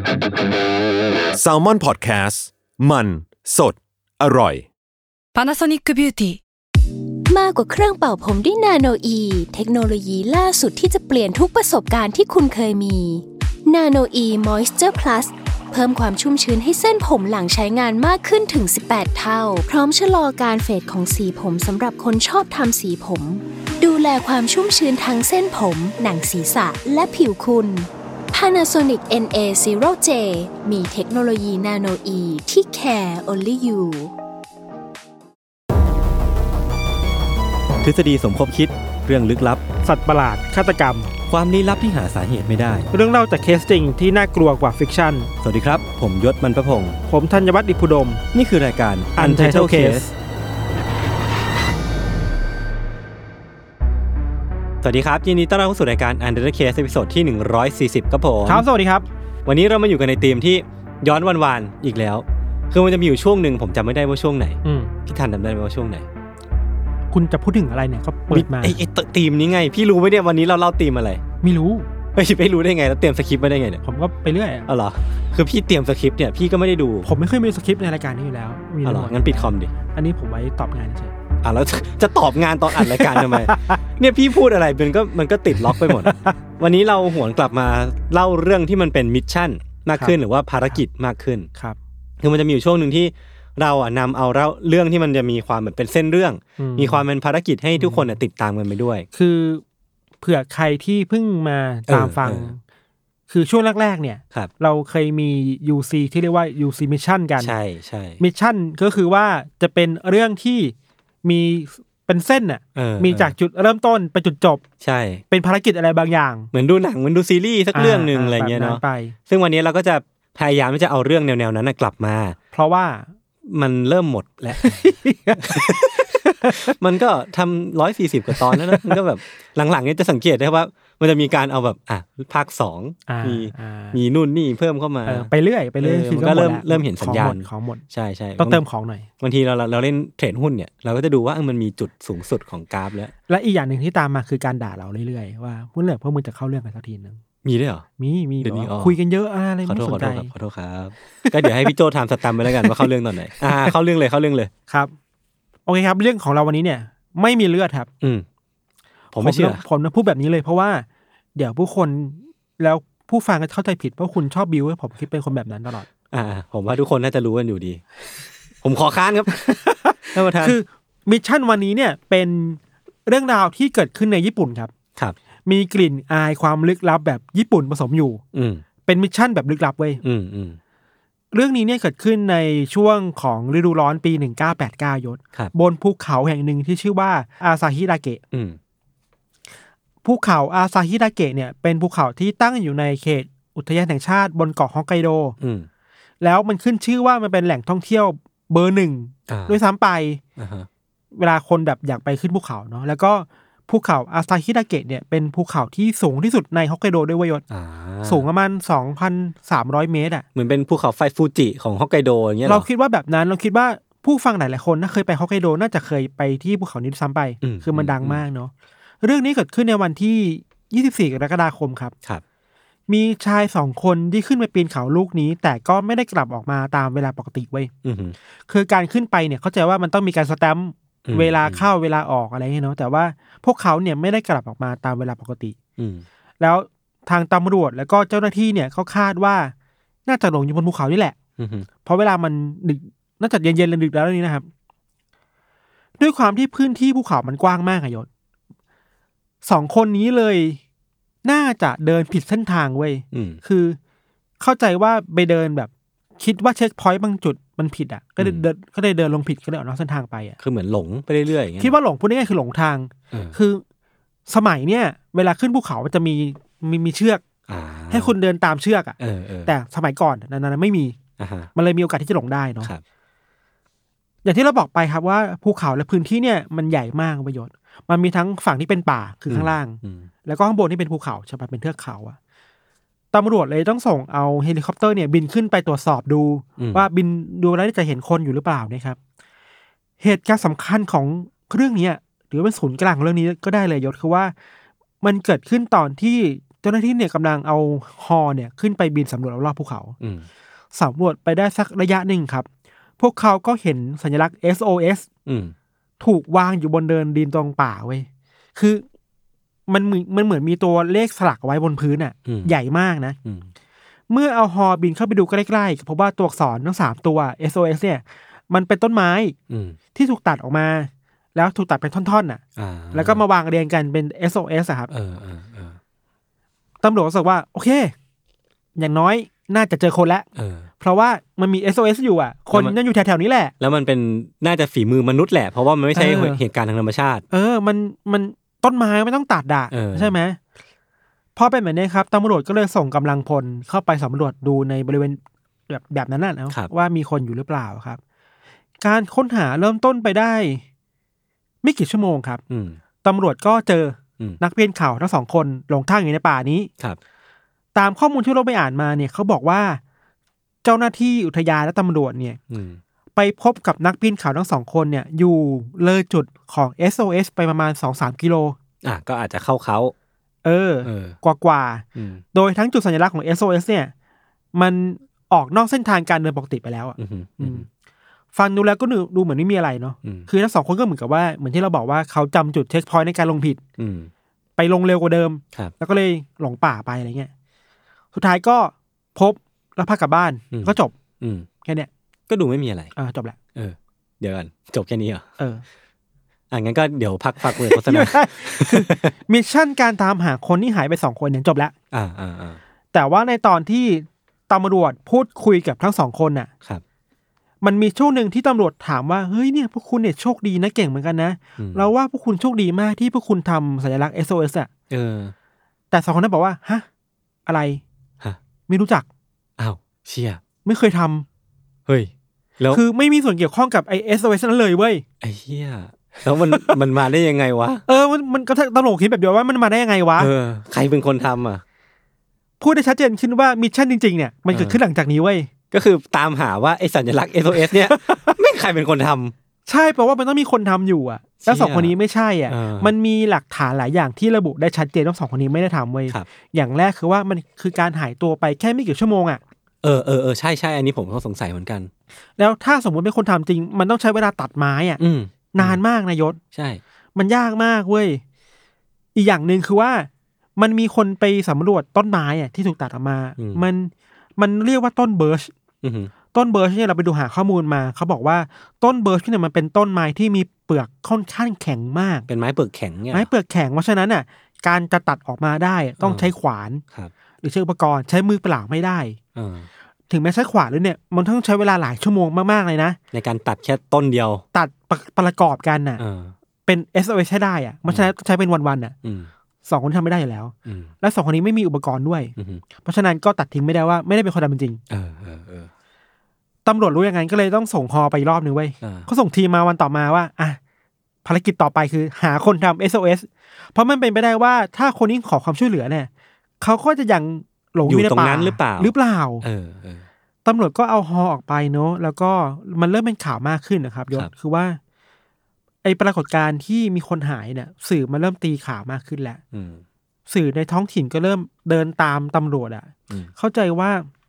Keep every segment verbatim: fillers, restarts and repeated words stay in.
Salmon Podcast มันสดอร่อย Panasonic Beauty มากกว่าเครื่องเป่าผมด้วยนาโนอีเทคโนโลยีล่าสุดที่จะเปลี่ยนทุกประสบการณ์ที่คุณเคยมีนาโนอีมอยส์เจอร์พลัสเพิ่มความชุ่มชื้นให้เส้นผมหลังใช้งานมากขึ้นถึงสิบแปดเท่าพร้อมชะลอการเฟดของสีผมสำหรับคนชอบทำสีผมดูแลความชุ่มชื้นทั้งเส้นผมหนังศีรษะและผิวคุณ Panasonic เอ็น เอ ศูนย์ เจ มีเทคโนโลยีนาโนอีที่ care only you ทฤษฎีสมคบคิดเรื่องลึกลับสัตว์ประหลาดฆาตกรรมความลี้ลับที่หาสาเหตุไม่ได้เรื่องเล่าจากเคสจริงที่น่ากลัวกว่าฟิกชั่นสวัสดีครับผมยศมันประพงษ์ผมธัญวัฒน์อิพุดมนี่คือรายการ Untitled Case สวัสดีครับยินดีต้อนรับเข้าสู่รายการ Untitled Case ตอนที่หนึ่งร้อยสี่สิบครับผมครับสวัสดีครับวันนี้เรามาอยู่กันในธีมที่ย้อนวานๆอีกแล้วคือมันจะมีอยู่ช่วงนึงผมจำไม่ได้ว่าช่วงไหนพี่ทันจำได้ไหมว่าช่วงไหนคุณจะพูดถึงอะไรเนี่ยก็เปิดมาไอ้ไอ้ธีมนี้ไงพี่รู้ไหมเนี่ยวันนี้เราเล่าธีมอะไรไม่รู้ไม่ไม่รู้ได้ไงแล้วเตรียมสคริปต์มาได้ไงเนี่ยผมก็ไปเรื่อยอ๋อเหรอคือพี่เตรียมสคริปต์เนี่ยพี่ก็ไม่ได้ดูผมไม่เคยมีสคริปต์ในรายการนี้อยู่แล้วมีอ๋อเหรองั้นปิดคอมดิอันนี้ผมไว้ตอบงานเฉยอ่ะแล้วจะตอบงานตอนอัดรายการทำไมเนี่ยพี่พูดอะไรมันก็มันก็ติดล็อกไปหมดวันนี้เราหวนกลับมาเล่าเรื่องที่มันเป็นมิชชั่นมากขึ้นหรือว่าภารกิจมากขึ้นครับคือมันจะมีอยู่ช่วงนึงที่เราอ่ะนำเอาเรื่องที่มันจะมีความแบบเป็นเส้นเรื่องมีความเป็นภารกิจให้ทุกคนติดตามกันไปด้วยคือเผื่อใครที่เพิ่งมาตามฟังคือช่วงแรกๆเนี่ยเราเคยมี ยู ซี ที่เรียกว่า ยู ซี Mission กันใช่ใช่ Mission ก็คือว่าจะเป็นเรื่องที่มีเป็นเส้นน่ะมีจากจุดเริ่มต้นไปจุดจบใช่เป็นภารกิจอะไรบางอย่างเหมือนดูหนังเหมือนดูซีรีส์สักเรื่องนึงอะไรเงี้ยเนาะซึ่งวันนี้เราก็จะพยายามที่จะเอาเรื่องแนวๆนั้นกลับมาเพราะว่ามันเริ่มหมดแล้ว มันก็ทำหนึ่งร้อยสี่สิบกว่าตอนแล้วนะมันก็แบบหลังๆนี้จะสังเกตได้ว่ามันจะมีการเอาแบบอ่ะภาคสองมีมีนู่นนี่เพิ่มเข้ามาไปเรื่อยไปเรื่อยคือก็เริ่มเริ่มเห็นสัญญาณของหมดใช่ๆต้องเติมของหน่อยบางทีเราเราเล่นเทรดหุ้นเนี่ยเราก็จะดูว่ามันมีจุดสูงสุดของกราฟแล้วและอีกอย่างนึงที่ตามมาคือการด่าเราเรื่อยๆว่าเมื่อไหร่พวกมึงจะเข้าเรื่องกันสักทีนึงมีด้วยเหรอมีมีคุยกันเยอะอะไรไม่สนใจขอโทษครับก็เดี๋ยวให้พี่โจทำสแตมป์ไปแล้วกันว่าเข้าเรื่องตอนไหนอ่าเข้าเรื่องเลยเข้าเรื่องเลยครับโอเคครับเรื่องของเราวันนี้เนี่ยไม่มีเลือดครับอืมผมไม่เชื่อผมจะพูดแบบนี้เลยเพราะว่าเดี๋ยวผู้คนแล้วผู้ฟังก็เข้าใจผิดเพราะคุณชอบบิวผมคิดเป็นคนแบบนั้นตลอดอ่าผมว่าทุกคนน่าจะรู้กันอยู่ดีผมขอค้านครับท่านประธานคือมิชชั่นวันนี้เนี่ยเป็นเรื่องราวที่เกิดขึ้นในญี่ปุ่นครับครับมีกลิ่นอายความลึกลับแบบญี่ปุ่นผสมอยู่อืมเป็นมิชชั่นแบบลึกลับเว้ยอืมอืมเรื่องนี้เนี่ยเกิดขึ้นในช่วงของฤดูร้อนปีหนึ่งเก้าแปดเก้ายศบนภูเขาแห่งหนึ่งที่ชื่อว่าอาซาฮิดาเกะภูเขาอาซาฮิดาเกะเนี่ยเป็นภูเขาที่ตั้งอยู่ในเขตอุทยานแห่งชาติบนเกาะฮอกไกโดแล้วมันขึ้นชื่อว่ามันเป็นแหล่งท่องเที่ยวเบอร์หนึ่งด้วยซ้ำไปเวลาคนแบบอยากไปขึ้นภูเขาเนาะแล้วก็ภูเขาอาซาฮิดาเกะเนี่ยเป็นภูเขาที่สูงที่สุดในฮอกไกโดด้วยวยศสูงประมาณ สองพันสามร้อย เมตรอ่ะเหมือนเป็นภูเขาไฟฟูจิของฮอกไกโดอย่างเงี้ยเราคิดว่าแบบนั้นเราคิดว่าผู้ฟังหลายๆคนน่าเคยไปฮอกไกโดน่าจะเคยไปที่ภูเขานี้ซ้ำไปคือมันดังมากเนาะเรื่องนี้เกิดขึ้นในวันที่ยี่สิบสี่กรกฎาคมครับครับมีชายสองคนที่ขึ้นไปปีนเขาลูกนี้แต่ก็ไม่ได้กลับออกมาตามเวลาปกติเว้ยคือการขึ้นไปเนี่ยเข้าใจว่ามันต้องมีการสแตมป์เวลาเข้าเวลาออกอะไรเงี้ยเนาะแต่ว่าพวกเขาเนี่ยไม่ได้กลับออกมาตามเวลาปกติแล้วทางตำรวจแล้วก็เจ้าหน้าที่เนี่ยเขาคาดว่าน่าจะหลงอยู่บนภูเขานี่แหละเพราะเวลามันดึกน่าจะเย็นๆเลยดึกแล้วนี่นะครับด้วยความที่พื้นที่ภูเขามันกว้างมากอะยศสองคนนี้เลยน่าจะเดินผิดเส้นทางเว้ยคือเข้าใจว่าไปเดินแบบคิดว่าเช็คพอยต์บางจุดมันผิดอ่ะก็เลยเดินก็เลยเดินลงผิดก็เลยออกนอกเส้นทางไปอ่ะคือเหมือนหลงไปเรื่อยๆอย่างเงี้ยคิดว่าหลงพูดง่ายๆคือหลงทางคือสมัยเนี้ยเวลาขึ้นภูเขามันจะมีมีมีเชือกให้คุณเดินตามเชือกอ่ะแต่สมัยก่อนนั้นไม่มีมันเลยมีโอกาสที่จะหลงได้เนาะอย่างที่เราบอกไปครับว่าภูเขาและพื้นที่เนี่ยมันใหญ่มากประโยชน์มันมีทั้งฝั่งที่เป็นป่าคือข้างล่างแล้วก็ข้างบนที่เป็นภูเขาใช่ป่ะเป็นเทือกเขาอ่ะตำรวจเลยต้องส่งเอาเฮลิคอปเตอร์เนี่ยบินขึ้นไปตรวจสอบดูว่าบินดูแล้วจะเห็นคนอยู่หรือเปล่านะครับเหตุการณ์สำคัญของเรื่องนี้หรือเป็นศูนย์กลางของเรื่องนี้ก็ได้เลยยศคือว่ามันเกิดขึ้นตอนที่เจ้าหน้าที่เนี่ยกำลังเอาฮอเนี่ยขึ้นไปบินสำรวจรอบๆภูเขาอืมสำรวจไปได้สักระยะหนึ่งครับพวกเขาก็เห็นสัญลักษณ์ เอส โอ เอสอืมถูกวางอยู่บนเดินดินตรงป่าเว้ยคือมันเหมือนมันเหมือนมีตัวเลขสลักไว้บนพื้นอ่ะอืมใหญ่มากนะอืมเมื่อเอาฮอบินเข้าไปดูใกล้ๆพบว่าตัวอักษรทั้งสามตัว เอส โอ เอส เนี่ยมันเป็นต้นไม้อืมที่ถูกตัดออกมา แล้วถูกตัดเป็นท่อนๆน่ะอ่าแล้วก็มาวางเรียงกันเป็น เอส โอ เอส อะครับเออเออเออตำรวจรู้สึกว่าโอเคอย่างน้อยน่าจะเจอคนแล้วเออเพราะว่ามันมี เอส โอ เอส อยู่อ่ะคนแล้วมันนั่นอยู่แถวๆนี้แหละแล้วมันเป็นน่าจะฝีมือมนุษย์แหละเพราะว่ามันไม่ใช่เออเหตุการณ์ทางธรรมชาติเออ มัน มันต้นไม้ไม่ต้องตัดอ่ะเออใช่ไหมพอเป็นแบบนี้ครับตำรวจก็เลยส่งกำลังพลเข้าไปสำรวจดูในบริเวณแบบแบบนั้นน่ะนะครับ ว่ามีคนอยู่หรือเปล่าครับ การค้นหาเริ่มต้นไปได้ ไม่กี่ชั่วโมงครับอืมตำรวจก็เจออืมนักเพี้ยนข่าวทั้งสองคนหลงทางอยู่ในป่านี้ครับตามข้อมูลที่เราไปอ่านมาเนี่ยเขาบอกว่าเจ้าหน้าที่อุทยานและตำรวจเนี่ยอืมไปพบกับนักปีนเขาทั้งสองคนเนี่ยอยู่เลยจุดของ เอส โอ เอส ไปประมาณ สองถึงสาม กิโลอ่ะก็อาจจะเข้าเขาเออเออกว่ากว่าอืมโดยทั้งจุดสัญลักษณ์ของ เอส โอ เอส เนี่ยมันออกนอกเส้นทางการเดินปกติไปแล้วอ่ะอืมอืมฟังดูแล้วก็ดูดูเหมือนไม่มีอะไรเนาะอืมคือทั้งสองคนก็เหมือนกับว่าเหมือนที่เราบอกว่าเขาจำจุดเช็คพอยต์ในการลงผิดอืมไปลงเร็วกว่าเดิมครับแล้วก็เลยหลงป่าไปอะไรเงี้ยสุดท้ายก็พบแล้วพากลับบ้านอืมก็จบอืมแค่เนี้ยก็ดูไม่มีอะไรอ่าจบละเออ เดี๋ยวกันจบแค่นี้เหรอเอออ่ะงั้นก็เดี๋ยวพักพักเลยโฆษณาไม่ใช่คือมิชชั่นการตามหาคนที่หายไปสองคนเนี่ยจบแล้วอ่าอ่าอ่าแต่ว่าในตอนที่ตำรวจพูดคุยกับทั้งสองคนน่ะครับมันมีช่วงหนึ่งที่ตำรวจถามว่าเฮ้ยเนี่ยพวกคุณเนี่ยโชคดีนะเก่งเหมือนกันนะอืมเราว่าพวกคุณโชคดีมากที่พวกคุณทำสัญลักษณ์ เอส โอ เอส อ่ะเออแต่สองคนนั้นบอกว่าฮะอะไรฮะไม่รู้จักอ้าวเชี่ยไม่เคยทำเฮ้ยแล้วคือไม่มีส่วนเกี่ยวข้องกับไอ เอส โอ เอส นั้นเลยเว้ยไอ้เหี้ยแล้วมัน มันมาได้ยังไงวะเออมันมันก็ตลกคิดแบบเดียวว่ามันมาได้ยังไงวะเออ ใครเป็นคนทำอ่ะพูดได้ชัดเจนขึ้นว่ามิชชั่นจริงๆเนี่ยมันเกิดขึ้นหลังจากนี้เว้ยก็คือตามหาว่าไอ้สัญลักษณ์ เอส โอ เอส เนี่ย ไม่ใครเป็นคนทำใช่เพราะว่ามันต้องมีคนทำอยู่อ่ะแล้วเชี่ยสองคนนี้ไม่ใช่อ่ะเออมันมีหลักฐานหลายอย่างที่ระบุได้ชัดเจนว่าสองคนนี้ไม่ได้ทำเว้ยครับอย่างแรกคือว่ามันคือการหายตัวไปแค่ไม่กี่ชั่วโมงอ่ะเออเออเออใช่ใช่อันนี้ผมก็สงสัยเหมือนกันแล้วถ้าสมมติเป็นคนทำจริง มันต้องใช้เวลาตัดไม้อ่ะอืมนานมากนายศใช่มันยากมากเว้ยอีกอย่างหนึ่งคือว่ามันมีคนไปสำรวจต้นไม้อ่ะที่ถูกตัดออกมา มันมันเรียกว่าต้นเบิร์ชอือหือต้นเบิร์ชเนี่ยเราไปดูหาข้อมูลมาเขาบอกว่าต้นเบิร์ชเนี่ยมันเป็นต้นไม้ที่มีเปลือกค่อนข้างแข็งมากเป็นไม้เปลือกแข็งเนี่ยไม้เปลือกแข็งเพราะฉะนั้นน่ะการจะตัดออกมาได้ต้องใช้ขวานครับหรือใช้อุปกรณ์ใช้มือเปล่าไม่ได้เออถึงแม้ใช้ขวานแล้วเนี่ยมันต้องใช้เวลาหลายชั่วโมงมากๆเลยนะในการตัดแค่ต้นเดียวตัดประประกอบกันน่ะเออเป็น เอส โอ เอส ใช้ได้อ่ะเพราะฉะนั้นใช้เป็นวันๆน่ะอืมสองคนทำไม่ได้อยู่แล้วอืมและสองคนนี้ไม่มีอุปกรณ์ด้วยอือหือเพราะฉะนั้นก็ตัดทิ้งไม่ได้ว่าไม่ได้เป็นคนทำจริงเออเออเออๆตำรวจรู้อย่างนั้นก็เลยต้องส่งฮอไปอีกรอบนึงเว้ยอ่าเขาส่งทีมมาวันต่อมาว่าอ่ะภารกิจต่อไปคือหาคนทำ เอส โอ เอส เพราะมันเป็นไปได้ว่าถ้าคนนี้ขอความช่วยเหลือเนี่ยเขาก็จะยังหลงอยู่ในตรงป่านั้นหรือเปล่าหรือเปล่าเออเออตำรวจก็เอาฮอออกไปเนอะแล้วก็มันเริ่มเป็นข่าวมากขึ้นนะครับยศครับคือว่า ไอปรากฏการณ์ที่มีคนหายเนี่ย สื่อมันเริ่มตีข่าวมากขึ้นแล้วอืมสื่อในท้องถิ่นก็เริ่มเดินตามตำรวจอ่ะอืมเข้าใจว่า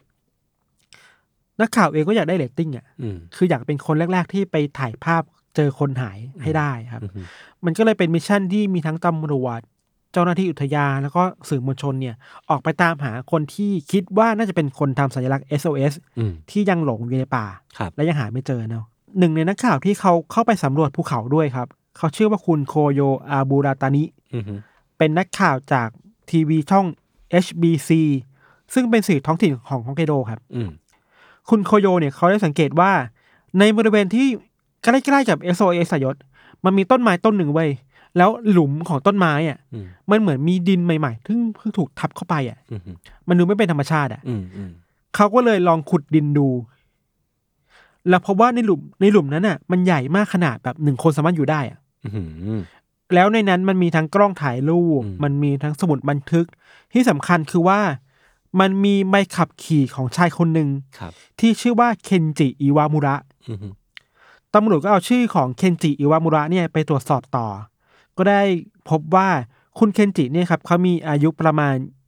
นักข่าวเองก็อยากได้เรตติ้งอ่ะอืมคืออยากเป็นคนแรก ๆ ที่ไปถ่ายภาพเจอคนหายให้ได้ครับอือหือมันก็เลยเป็นมิชชั่นที่มีทั้งตำรวจเจ้าหน้าที่อุทยานแล้วก็สื่อมวลชนเนี่ย ออกไปตามหาคนที่คิดว่าน่าจะเป็นคนทำสัญลักษณ์ เอส โอ เอสอืมที่ยังหลงอยู่ในป่าครับและยังหาไม่เจอเนาะหนึ่งในนักข่าวที่เขาเข้าไปสำรวจภูเขาด้วยครับ เขาชื่อว่าคุณโคโยอาบูราตานิอือหือเป็นนักข่าวจากทีวีช่อง เอช บี ซี ซึ่งเป็นสื่อท้องถิ่นของฮอกไกโดครับอืมคุณโคโยเนี่ยเขาได้สังเกตว่าในบริเวณที่ใกล้ๆกับ เอส โอ เอส สยศมันมีต้นไม้ต้นหนึ่งไว้ยแล้วหลุมของต้นไม้อ่ะอืมมันเหมือนมีดินใหม่ๆที่เพิ่งถูกทับเข้าไปอ่ะอือหือมันดูไม่เป็นธรรมชาติอ่ะอืมอืมเขาก็เลยลองขุดดินดู แล้วพบว่าในหลุมในหลุมนั้นน่ะ มันใหญ่มากขนาดแบบหนึ่งคนสามารถอยู่ได้อ่ะอือหือแล้วในนั้นมันมีทั้งกล้องถ่ายรูปอืมมันมีทั้งสมุดบันทึก ที่สำคัญคือว่ามันมีใบขับขี่ของชายคนหนึ่งครับที่ชื่อว่าเคนจิอิวามุระอือหือตำรวจก็เอาชื่อของเคนจิอิวามุระเนี่ยไปตรวจสอบต่อ ก็ได้พบว่าคุณเคนจิเนี่ยครับเขามีอายุประมาณ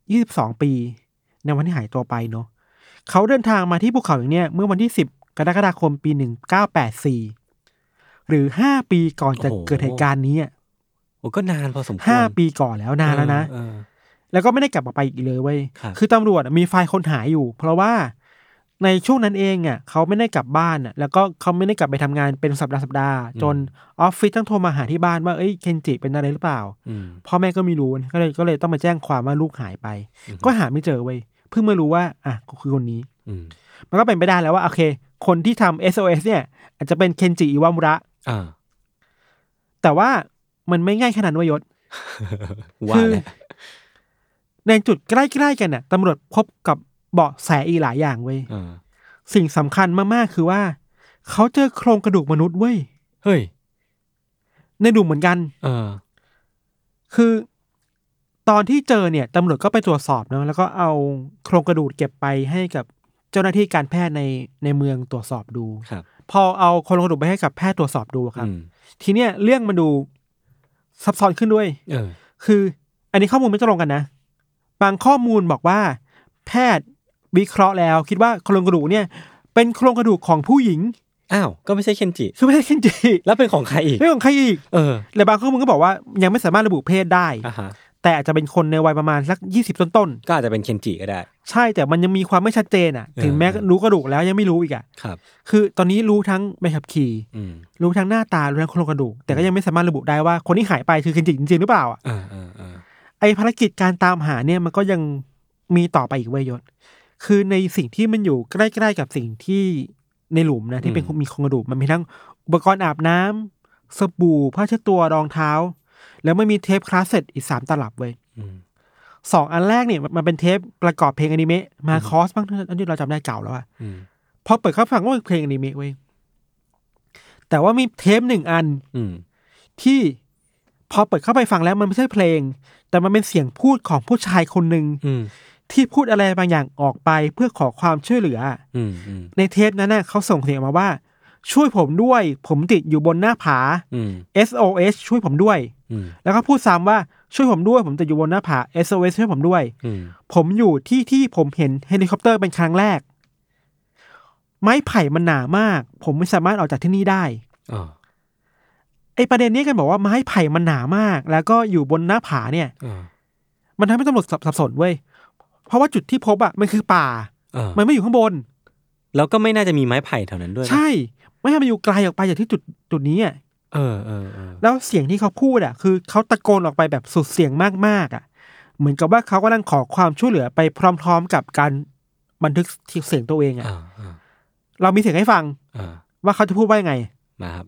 ยี่สิบสองปีในวันที่หายตัวไปเนาะเขาเดินทางมาที่ภูเขาอย่างเนี้ยเมื่อวันที่สิบกรกฎาคมปีหนึ่งเก้าแปดสี่หรือห้าปีก่อนจะเกิดเหตุการณ์นี้อ่ะโอ้ก็นานพอสมควรห้าปีก่อนแล้วนานแล้วนะแล้วก็ไม่ได้กลับมาไปอีกเลยเว้ยคือตำรวจมีไฟล์คนหายอยู่เพราะว่าในช่วงนั้นเองอ่ะเขาไม่ได้กลับบ้านอ่ะแล้วก็เขาไม่ได้กลับไปทำงานเป็นสัปดาห์สัปดาห์จนออฟฟิศต้องโทรมาหาที่บ้านว่าเอ้ยเคนจิเป็นอะไรหรือเปล่าพ่อแม่ก็ไม่รู้ก็เลยก็เลยต้องมาแจ้งความว่าลูกหายไปก็หาไม่เจอเว้ยเพิ่งมารู้ว่าอ่ะก็คือคนนี้มันก็เป็นไปได้แล้วว่าโอเคคนที่ทำ เอส โอ เอส เนี่ยอาจจะเป็นเคนจิอิวามุระแต่ว่ามันไม่ง่ายขนาดนั้นยศคือในจุดใกล้ๆกันน่ะตำรวจพบกับเบาะแสอีกหลายอย่างเว้ยสิ่งสำคัญมากๆคือว่าเขาเจอโครงกระดูกมนุษย์เว้ยเฮ้ยในหลุมเหมือนกันเออคือตอนที่เจอเนี่ยตำรวจก็ไปตรวจสอบเนาะแล้วก็เอาโครงกระดูกเก็บไปให้กับเจ้าหน้าที่การแพทย์ในในเมืองตรวจสอบดูครับพอเอาโครงกระดูกไปให้กับแพทย์ตรวจสอบดูครับทีเนี้ยเรื่องมันดูซับซ้อนขึ้นด้วยเออคืออันนี้ข้อมูลไม่ตรงกันนะบางข้อมูลบอกว่าแพทย์วิเคราะห์แล้วคิดว่าโครงกระดูกเนี่ยเป็นโครงกระดูกของผู้หญิงอ้าวก็ไม่ใช่เคนจิคือไม่ใช่เคนจิแล้วเป็นของใครอีกเป็นของใครอีกเออและบางข้อมูลก็บอกว่ายังไม่สามารถระบุเพศได้อ่าฮะแต่อาจจะเป็นคนในวัยประมาณสักยี่สิบต้นๆก็อาจจะเป็นเคนจิก็ได้ใช่แต่มันยังมีความไม่ชัดเจนอ่ะถึงแม้รู้กระดูกแล้วยังไม่รู้อีกอ่ะครับคือตอนนี้รู้ทั้งใบขับขี่รู้ทั้งหน้าตารู้ทั้งโครงกระดูกแต่ก็ยังไม่สามารถระบุได้ว่าคนที่หายไปคือเคนจิจริงๆหรือเปล่าอ่ะไอภารกิจการตามหาเนี่ยมันก็ยังมีต่อไปอีกเว้ยยศคือในสิ่งที่มันอยู่ใกล้ๆกับสิ่งที่ในหลุมนะที่เป็นมีโครงกระดูกมันมีทั้งอุปกรณ์อาบน้ำสบู่ผ้าเช็ดตัวรองเท้าแล้วมันมีเทปคลาสเซ็ตอีกสามตลับเว้ยสองอันแรกเนี่ยมันเป็นเทปประกอบเพลงอนิเมะมาคอสบ้างอันนี้เราจำได้เก่าแล้วอ่ะพอเปิดเข้าฟังก็เป็นเพลงอนิเมะเว้ยแต่ว่ามีเทปหนึ่งอันที่พอเปิดเข้าไปฟังแล้วมันไม่ใช่เพลงแต่มันเป็นเสียงพูดของผู้ชายคนหนึ่งที่พูดอะไรบางอย่างออกไปเพื่อขอความช่วยเหลือในเทปนั้นน่ะเขาส่งเสียงมาว่าช่วยผมด้วยผมติดอยู่บนหน้าผา เอส โอ เอส ช่วยผมด้วยแล้วก็พูดซ้ำว่าช่วยผมด้วยผมติดอยู่บนหน้าผา เอส โอ เอส ช่วยผมด้วยผมอยู่ที่ที่ผมเห็นเฮลิคอปเตอร์เป็นครั้งแรกไม้ไผ่มันหนามากผมไม่สามารถออกจากที่นี่ได้ไอประเด็นนี้กันบอกว่าไม้ไผ่มันหนามากแล้วก็อยู่บนหน้าผาเนี่ยมันทำให้ตำรวจสับสนเว้ยเพราะว่าจุดที่พบอ่ะมันคือป่ามันไม่อยู่ข้างบนแล้วก็ไม่น่าจะมีไม้ไผ่แถวนั้นด้วยใช่ไม่ให้มันอยู่ไกลออกไปจากที่จุดจุดนี้อ่ะเออเออแล้วเสียงที่เขาพูดอ่ะคือเขาตะโกนออกไปแบบสุดเสียงมากๆอ่ะเหมือนกับว่าเขากำลังขอความช่วยเหลือไปพร้อมๆกับการบันทึกเสียงตัวเองอ่ะเรามีเสียงให้ฟังว่าเขาจะพูดว่ายังไงมาครับ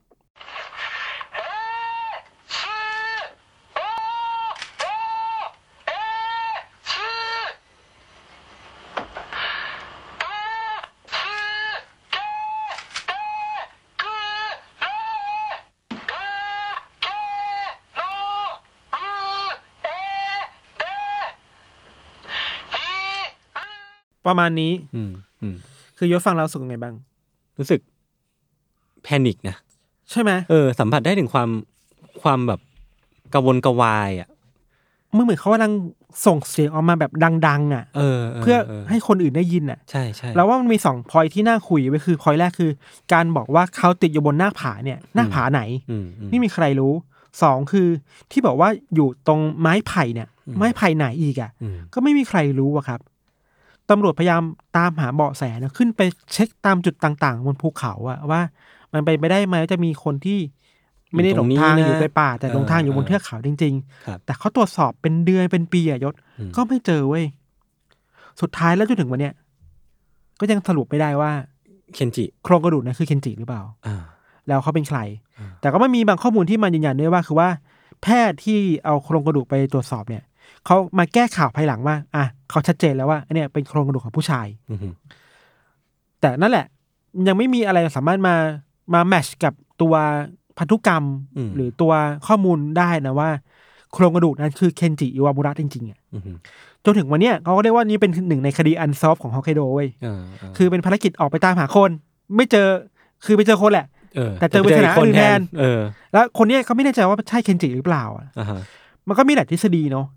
ประมาณนี้อืมอืมคือยศฟังแล้วรู้สึกยังไงบ้างรู้สึกแพนิคนะใช่ไหมเออสัมผัสได้ถึงความความแบบกระวนกระวายอ่ะเมื่อเหมือนเขากำลังส่งเสียงออกมาแบบดังๆอ่ะเออเพื่อให้คนอื่นได้ยินอ่ะใช่ใช่แล้วว่ามันมีสองพอยที่น่าคุยไว้คือพอยแรกคือการบอกว่าเขาติดอยู่บนหน้าผาเนี่ยหน้าผาไหนไม่มีใครรู้สองคือที่บอกว่าอยู่ตรงไม้ไผ่เนี่ยไม้ไผ่ไหนอีกอ่ะก็ไม่มีใครรู้อะครับตำรวจพยายามตามหาเบาะแสนะขึ้นไปเช็คตามจุดต่างๆบนภูเขาอะว่ามันไปไม่ได้ไหมจะมีคนที่ไม่ได้หลงทางอยู่ในป่าแต่หลงทางอยู่บนเทือกเขาจริงๆแต่เขาตรวจสอบเป็นเดือนเป็นปีอะยศก็ไม่เจอเว้ยสุดท้ายแล้วจนถึงวันเนี้ยก็ยังสรุปไม่ได้ว่าเคนจิโครงกระดูกนั้นคือเคนจิหรือเปล่าแล้วเขาเป็นใครแต่ก็ไม่มีบางข้อมูลที่มันยืนยันด้วยว่าคือว่าแพทย์ที่เอาโครงกระดูกไปตรวจสอบเนี่ยเขามาแก้ข่าวภายหลังว่าอ่ะเขาชัดเจนแล้วว่าอันเนี้ยเป็นโครงกระดูกของผู้ชายแต่นั่นแหละยังไม่มีอะไรสามารถมามาแมทช์กับตัวพันธุกรรมหรือตัวข้อมูลได้นะว่าโครงกระดูกนั้นคือเคนจิอิวามุระจริงๆอ่ะจนถึงวันเนี้ยเขาก็เรียกว่านี่เป็นหนึ่งในคดีอันซอฟของฮอกไกโดเว้ยคือเป็นภารกิจออกไปตามหาคนไม่เจอคือไปเจอคนแหละแต่เจอปริศนาอื่นแทนแล้วคนเนี้ยเขาไม่แน่ใจว่าใช่เคนจิหรือเปล่าอ่ะมันก็มีหลายทฤษฎีเนาะท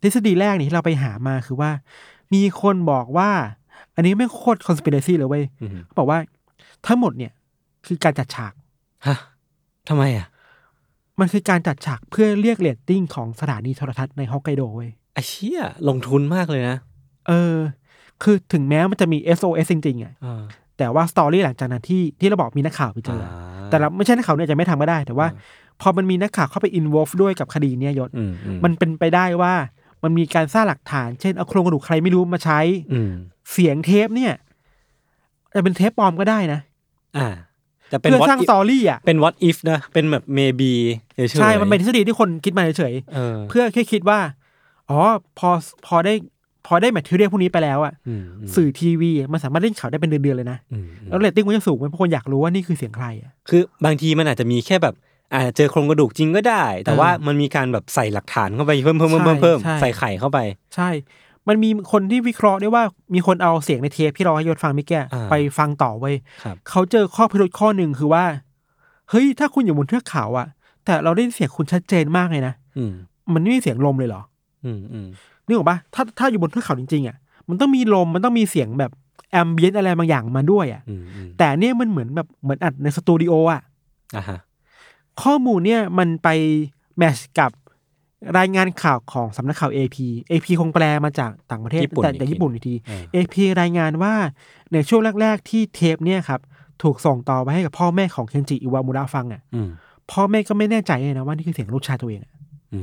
ทฤษฎีแรกนี่ที่เราไปหามาคือว่ามีคนบอกว่าอันนี้ไม่โคตร conspiracy เลยเว้ยเขาบอกว่าทั้งหมดเนี่ยคือการจัดฉากฮะทำไมอ่ะมันคือการจัดฉากเพื่อเรียกเรตติ้งของสถานีโทรทัศน์ในฮอกไกโดเว้ยไอ้เชี่ยลงทุนมากเลยนะเออคือถึงแม้มันจะมี เอส โอ เอส จริงๆอ่ะแต่ว่าสตอรี่หลังจากนั้นที่ที่เราบอกมีนักข่าวไปเจอแต่เราไม่ใช่นักข่าวเนี่ยจะไม่ทำก็ได้แต่ว่าพอมันมีนักข่าวเข้าไปอินวอล์ฟด้วยกับคดีเนี้ยยศมันเป็นไปได้ว่ามันมีการสร้างหลักฐานเช่นเอาโครงกระดูกใครไม่รู้มาใช้เสียงเทปเนี่ยจะเป็นเทปปลอมก็ได้นะอ่าจะเป็นเพื่อสร้างสตอรี่อ่ะเป็น what if นะเป็นแบบ maybe เฉยๆใช่มันเป็นทฤษฎีที่คนคิดมาเฉยๆเพื่อแค่คิดว่าอ๋อพอพอได้พอได้แมททีเรียลพวกนี้ไปแล้วอ่ะสื่อทีวีมันสามารถเล่นข่าวได้เป็นเดือนๆเลยนะแล้วเรตติ้งมันจะสูงเพราะคนอยากรู้ว่านี่คือเสียงใครอ่ะคือบางทีมันอาจจะมีแค่แบบอาจจะเจอโครงกระดูกจริงก็ได้แต่ว่ามันมีการแบบใส่หลักฐานเข้าไปเพิ่มเพิ่มเพิ่มเพิ่มใส่ไข่เข้าไปใช่มันมีคนที่วิเคราะห์ได้ว่ามีคนเอาเสียงในเทปที่เราให้ยศฟังเมื่อกี้ไปฟังต่อไว้เขาเจอข้อพิรุธข้อหนึ่งคือว่าเฮ้ยถ้าคุณอยู่บนเทือกเขาอ่ะแต่เราได้เสียงคุณชัดเจนมากเลยนะมันไม่มีเสียงลมเลยเหรอนึกออกปะถ้าถ้าอยู่บนเทือกเขาจริงๆอ่ะมันต้องมีลมมันต้องมีเสียงแบบแอมเบียนต์อะไรบางอย่างมาด้วยอ่ะแต่เนี่ยมันเหมือนแบบเหมือนอัดในสตูดิโออ่ะข้อมูลเนี่ยมันไปแมทช์กับรายงานข่าวของสำนักข่าว เอ พี เอ พี คงแปลมาจากต่างประเทศแต่แต่ญี่ปุ่นอีกที เอ พี รายงานว่าในช่วงแรกๆที่เทปเนี่ยครับถูกส่งต่อไปให้กับพ่อแม่ของเคนจิอิวามุระฟังอ่ะพ่อแม่ก็ไม่แน่ใจเลยนะว่านี่คือเสียงลูกชายตัวเองอ่ะ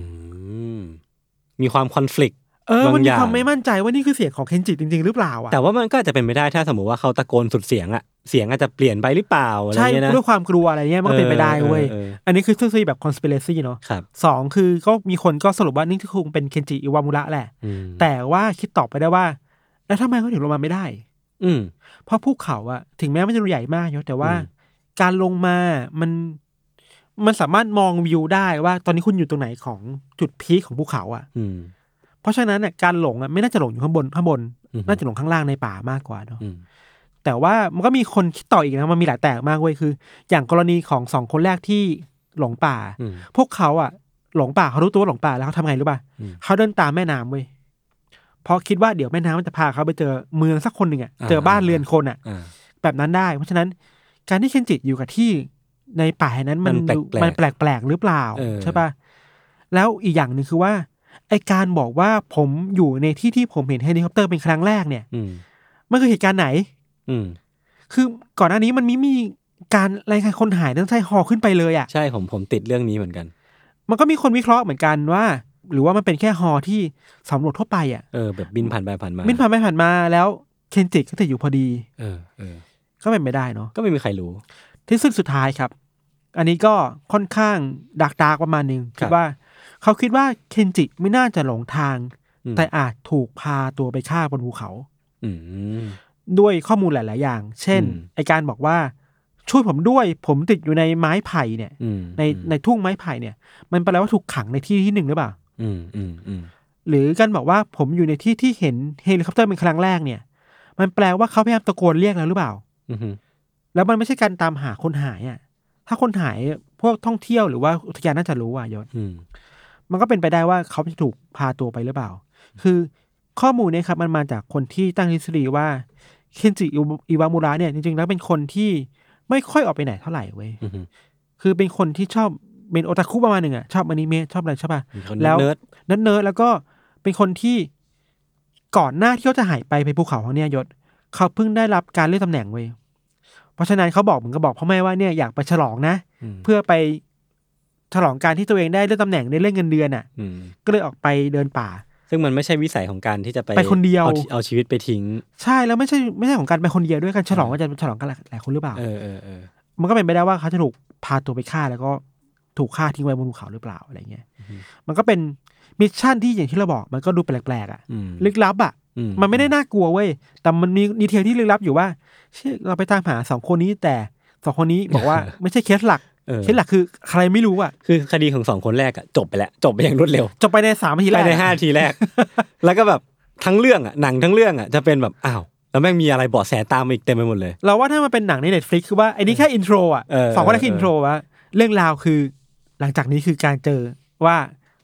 มีความคอนฟลิกต์เออมันมีความไม่มั่นใจว่านี่คือเสียงของเคนจิจริงๆหรือเปล่าอ่ะแต่ว่ามันก็อาจจะเป็นไปได้ถ้าสมมติว่าเขาตะโกนสุดเสียงอ่ะเสียงอาจจะเปลี่ยนไปหรือเปล่าอะไรเงี้ยนะใช่ด้วยความกลัวอะไรเงี้ยมันก็เป็นไปได้เว้ยอันนี้คือทฤษฎีแบบ conspiracy เนาะสองคือก็มีคนก็สรุปว่านี่คงเป็นเคนจิอิวามุระแหละแต่ว่าคิดตอบไปได้ว่าแล้วทำไมเขาถึงลงมาไม่ได้อืมเพราะภูเขาอ่ะถึงแม้มันจะใหญ่มากเนาะแต่ว่าการลงมามันมันสามารถมองวิวได้ว่าตอนนี้คุณอยู่ตรงไหนของจุดพีคของภูเขาอ่ะเพราะฉะนั้นเนี่ยการหลงอ่ะไม่น่าจะหลงอยู่ข้างบนข้างบนน่าจะหลงข้างล่างในป่ามากกว่าเนาะแต่ว่ามันก็มีคนคิดต่ออีกนะมันมีหลายแตกมากเว้ยคืออย่างกรณีของสองคนแรกที่หลงป่าพวกเขาอ่ะหลงป่าเขารู้ตัวว่าหลงป่าแล้วเขาทำไงรู้ป่ะเขาเดินตามแม่น้ำเว้ยเพราะคิดว่าเดี๋ยวแม่น้ำมันจะพาเขาไปเจอเมืองสักคนหนึ่งอ่ะเจอบ้านเรือนคนอ่ะแบบนั้นได้เพราะฉะนั้นการที่เคนจิอยู่กับที่ในป่าแห่งนั้นมันมันแปลกๆหรือเปล่าใช่ป่ะแล้วอีกอย่างหนึ่งคือว่าไอการบอกว่าผมอยู่ในที่ที่ผมเห็นเฮลิคอปเตอร์เป็นครั้งแรกเนี่ยมันคือเหตุการณ์ไหนคือก่อนหน้านี้มันมีมีการรายงานคนหายตั้งใจฮอขึ้นไปเลยอ่ะใช่ผมผมติดเรื่องนี้เหมือนกันมันก็มีคนวิเคราะห์เหมือนกันว่าหรือว่ามันเป็นแค่ฮอที่สำรวจทั่วไปอ่ะเออแบบบินผ่านไปผ่านมาบินผ่านไปผ่านมาแล้วเคนจิก็ติดอยู่พอดีเออเออก็เป็นไม่ได้เนาะก็ไม่มีใครรู้ที่สุดสุดท้ายครับอันนี้ก็ค่อนข้างดักดาร์กประมาณนึงคิดว่าเขาคิดว่าเคนจิไม่น่าจะหลงทางแต่อาจถูกพาตัวไปฆ่าบนภูเขาด้วยข้อมูลหลายๆอย่างเช่นไอการบอกว่าช่วยผมด้วยผมติดอยู่ในไม้ไผ่เนี่ยในในทุ่งไม้ไผ่เนี่ยมันแปลว่าถูกขังในที่ที่หนึ่งหรือเปล่าหรือการบอกว่าผมอยู่ในที่ที่เห็นเฮลิคอปเตอร์เป็นครั้งแรกเนี่ยมันแปลว่าเขาพยายามตะโกนเรียกแล้วหรือเปล่าแล้วมันไม่ใช่การตามหาคนหายอ่ะถ้าคนหายพวกท่องเที่ยวหรือว่าอุทยานน่าจะรู้อ่ะยศมันก็เป็นไปได้ว่าเขาจะถูกพาตัวไปหรือเปล่าคือข้อมูลนี้ครับมันมาจากคนที่ตั้งทฤษฎีว่าเคนจิอิวามุระเนี่ยจริงๆแล้วเป็นคนที่ไม่ค่อยออกไปไหนเท่าไหร่เว้ยคือเป็นคนที่ชอบเป็นโอตาคุประมาณหนึ่งอ่ะชอบอนิเมะชอบอะไรใช่ป่ะแล้วเนิร์ดเนิร์ดแล้วก็เป็นคนที่ก่อนหน้าที่เขาจะหายไปไปภูเขาของเนี่ยยศเขาเพิ่งได้รับการเลื่อนตำแหน่งเว้ยเพราะฉะนั้นเขาบอกเหมือนกับบอกพ่อแม่ว่าเนี่ยอยากไปฉลองนะเพื่อไปฉลองการที่ตัวเองได้เลื่อนตำแหน่งได้เลื่อนเงินเดือนอ่ะก็เลยออกไปเดินป่าซึ่งมันไม่ใช่วิสัยของการที่จะไปไปคนเดียวเอาเอาชีวิตไปทิ้งใช่แล้วไม่ใช่ไม่ใช่ของการไปคนเดียวด้วยการฉลองก็จะฉลองกันหลายคนหรือเปล่าเออเออเออมันก็เป็นไปได้ว่าเขาจะถูกพาตัวไปฆ่าแล้วก็ถูกฆ่าทิ้งไว้บนภูเขาหรือเปล่าอะไรเงี้ยมันก็เป็นมิชชั่นที่อย่างที่เราบอกมันก็ดูแปลกๆอ่ะลึกลับอ่ะมันไม่ได้น่ากลัวเว้ยแต่มันมีดีเทลที่ลึกลับอยู่ว่าเช่เราไปตามหาสองคนนี้แต่สองคนนี้บอกว่าไม่ใช่เคสหลักเคสหลักคือใครไม่รู้อ่ะคือคดีของสองคนแรกอ่ะจบไปแล้วจบไปอย่างรวดเร็วจบไปในสามนาทีแรกไปในห้านาทีแรกแล้วก็แบบทั้งเรื่องอ่ะหนังทั้งเรื่องอ่ะจะเป็นแบบอ้าวแล้วแม่งมีอะไรเบาะแสตามมาอีกเต็มไปหมดเลยเราว่าถ้ามันเป็นหนังใน Netflix คือว่าไอ้นี่แค่อินโทรอ่ะสองคนแรกคืออินโทรว่าเรื่องราวคือหลังจากนี้คือการเจอว่า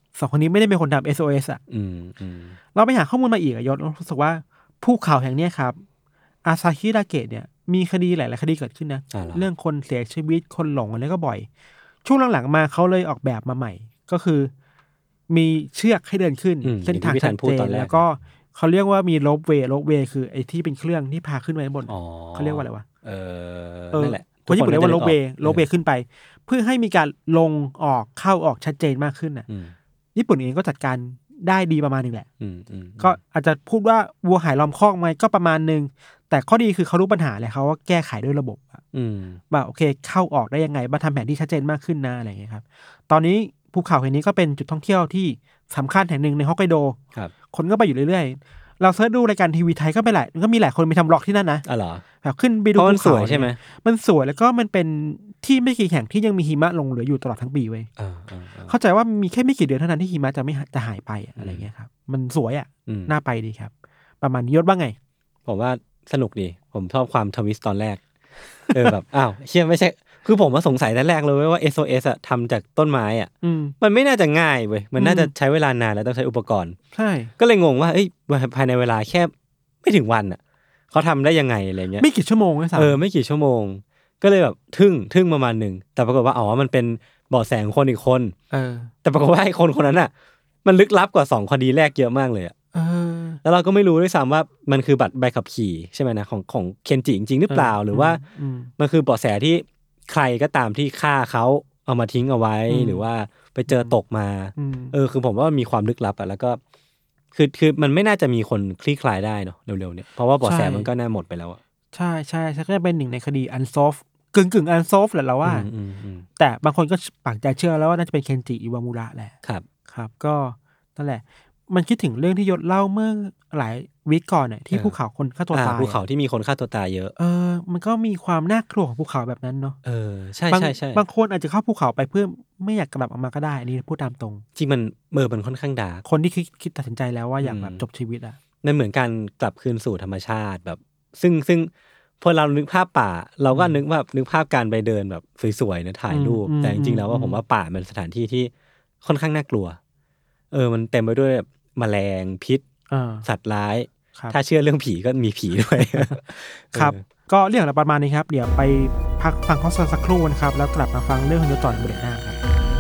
สองคนนี้ไม่ได้เป็นคนทำ เอส โอ เอส อ่ะอืมอืมเราไปหาข้อมูลมาอีกอะยศรู้สึกว่าภูเขาแห่งเนี้ยครับอาซาฮิดาเกะเนี่ยมีคดีหลายๆคดีเกิดขึ้นนะอ่าเหรอเรื่องคนเสียชีวิตคนหลงอะไรก็บ่อย ช่วงหลังๆมาเขาเลยออกแบบมาใหม่ ก็คือมีเชือกให้เดินขึ้นอืมเส้นทางอย่างที่พี่ธัชัดนพูดเจตอน นแรกแล้วก็เขาเรียกว่ามีโลบเวย์โลบเวย์คือไอ้ที่เป็นเครื่องที่พาขึ้นไปบนอ๋อเขาเรียกว่าอะไรวะเออเออนั่นแหละคนญี่ปุ่นเรียกว่าโลบเวย์ทุกคนโลบเวย์ขึ้นไป เพื่อให้มีการลงออกเข้าออกชัดเจนมากขึ้นน่ะอืมญี่ปุ่นเองก็จัดการได้ดีประมาณนึงแหละอืมอืมก็อาจจะพูดว่าวัวหายล้อมคอกไหมก็ประมาณนึงแต่ข้อดีคือเขารู้ปัญหาเลยเขาว่าแก้ไขด้วยระบบอะอืมว่าโอเคเข้าออกได้ยังไงมาทำแผนที่ชัดเจนมากขึ้นนะอะไรอย่างเงี้ยครับตอนนี้ภูเขาแห่งนี้ก็เป็นจุดท่องเที่ยวที่สำคัญแห่งหนึ่งในฮอกไกโดครับคนก็ไปอยู่เรื่อยๆเราเสิร์ชดูรายการทีวีไทยก็ไปหลายก็มีหลายคนไปทำบล็อกที่นั่นนะอ๋อเหรอแบบขึ้นไปดูเพราะมันภูเขาสวยใช่ไหมมันสวยแล้วก็มันเป็นที่ไม่กี่แห่งที่ยังมีหิมะลงเหลืออยู่ตลอดทั้งปีเว้ยอ่าอ่าอ่าเข้าใจว่ามีแค่ไม่กี่เดือนเท่านั้นที่หิมะจะไม่หาจะหายไปอะอะไรเงี้ยครับมันสวยอ่ะอืมน่าไปดีครับ ประมาณนี้ยศว่าไงผมว่าสนุกดี ผมชอบความทวิสต์ตอนแรก เออแบบ อ้าวเชี่ยไม่ใช่ คือผมมาสงสัยแต่แรกเลยเว้ยว่า เอส โอ เอส อะทำจากต้นไม้อะอืมมันไม่น่าจะง่ายเว้ย มันน่าอืมจะใช้เวลานานแล้วต้องใช้อุปกรณ์ใช่ก็เลยงงว่า เอ้ย ภายในเวลาแค่ไม่ถึงวันอะเขาทำได้ยังไงอะไรเงี้ยไม่กี่ชั่วโมงนะสามเออ ไม่กี่ชั่วโมง ก็เลยแบบทึ่ง ทึ่งประมาณหนึ่ง แต่ปรากฏว่า อ๋อ มันเป็นเบาะแสของคนอีกคนเออแต่ปรากฏว่าไอ้คนคนนั้นอะมันลึกลับกว่าสองคดีแรกเยอะมากเลยอะเออแล้วเราก็ไม่รู้ด้วยซ้ำว่ามันคือบัตรใบขับขี่ใช่ไหมนะของของเคนจิจริงๆหรือเปล่าหรือว่าอืมมันคือเบาะแสที่ใครก็ตามที่ฆ่าเขาเอามาทิ้งเอาไว้อืมหรือว่าไปเจอตกมาอืมเออคือผมว่ามันมีความลึกลับอะแล้วก็คือคือมันไม่น่าจะมีคนคลี่คลายได้เนาะเร็วๆเนี่ยเพราะว่าเบาะแสมันก็น่าหมดไปแล้วอะใช่ใช่ใช่ก็จะเป็นหนึ่งในคดีอันซอฟกึ่งกึ่งอันซอฟแหละเราว่าอืมอืมอืมแต่บางคนก็ปักใจเชื่อแล้วว่าน่าจะเป็นเคนจิอิวามูระแหละครับครับ ก็นั่นแหละ มันคิดถึงเรื่องที่ยศเล่าเมื่อหลายวีคก่อนเนี่ยที่ภูเขาคนฆ่าตัวอ่าตายภูเขาที่มีคนฆ่าตัวตายเยอะเออ มันก็มีความน่ากลัวของภูเขาแบบนั้นเนาะเออใช่บางใช่ใช่บางคนอาจจะเข้าภูเขาไปเพื่อไม่อยากกลับออกมาก็ได้อันนี้พูดตามตรงจริงมันเบอร์มันค่อนข้างดาร์กคนที่คิดคิดตัดสินใจแล้วว่าอยากอืมแบบจบชีวิตอ่ะมันเหมือนการกลับคืนสู่ธรรมชาติแบบ ซึ่งซึ่งพอเรานึกภาพป่า เราก็นึกว่านึกภาพการไปเดินแบบสวยๆนะถ่ายรูปอืมแต่จริงๆแล้วว่าอืมผมว่าป่าเป็นสถานที่ที่ค่อนข้างน่ากลัว เออ มันเต็มไปด้วยแมลงพิษอ่าสัตว์ร้ายครับถ้าเชื่อเรื่องผีก็มีผีด้วยครับเออก็เรื่องอะไรประมาณนี้ครับ เดี๋ยวไปพักฟังข้อสรุปสักครู่นะครับ แล้วกลับมาฟังเรื่องของยศต่อในเบรกหน้าครับ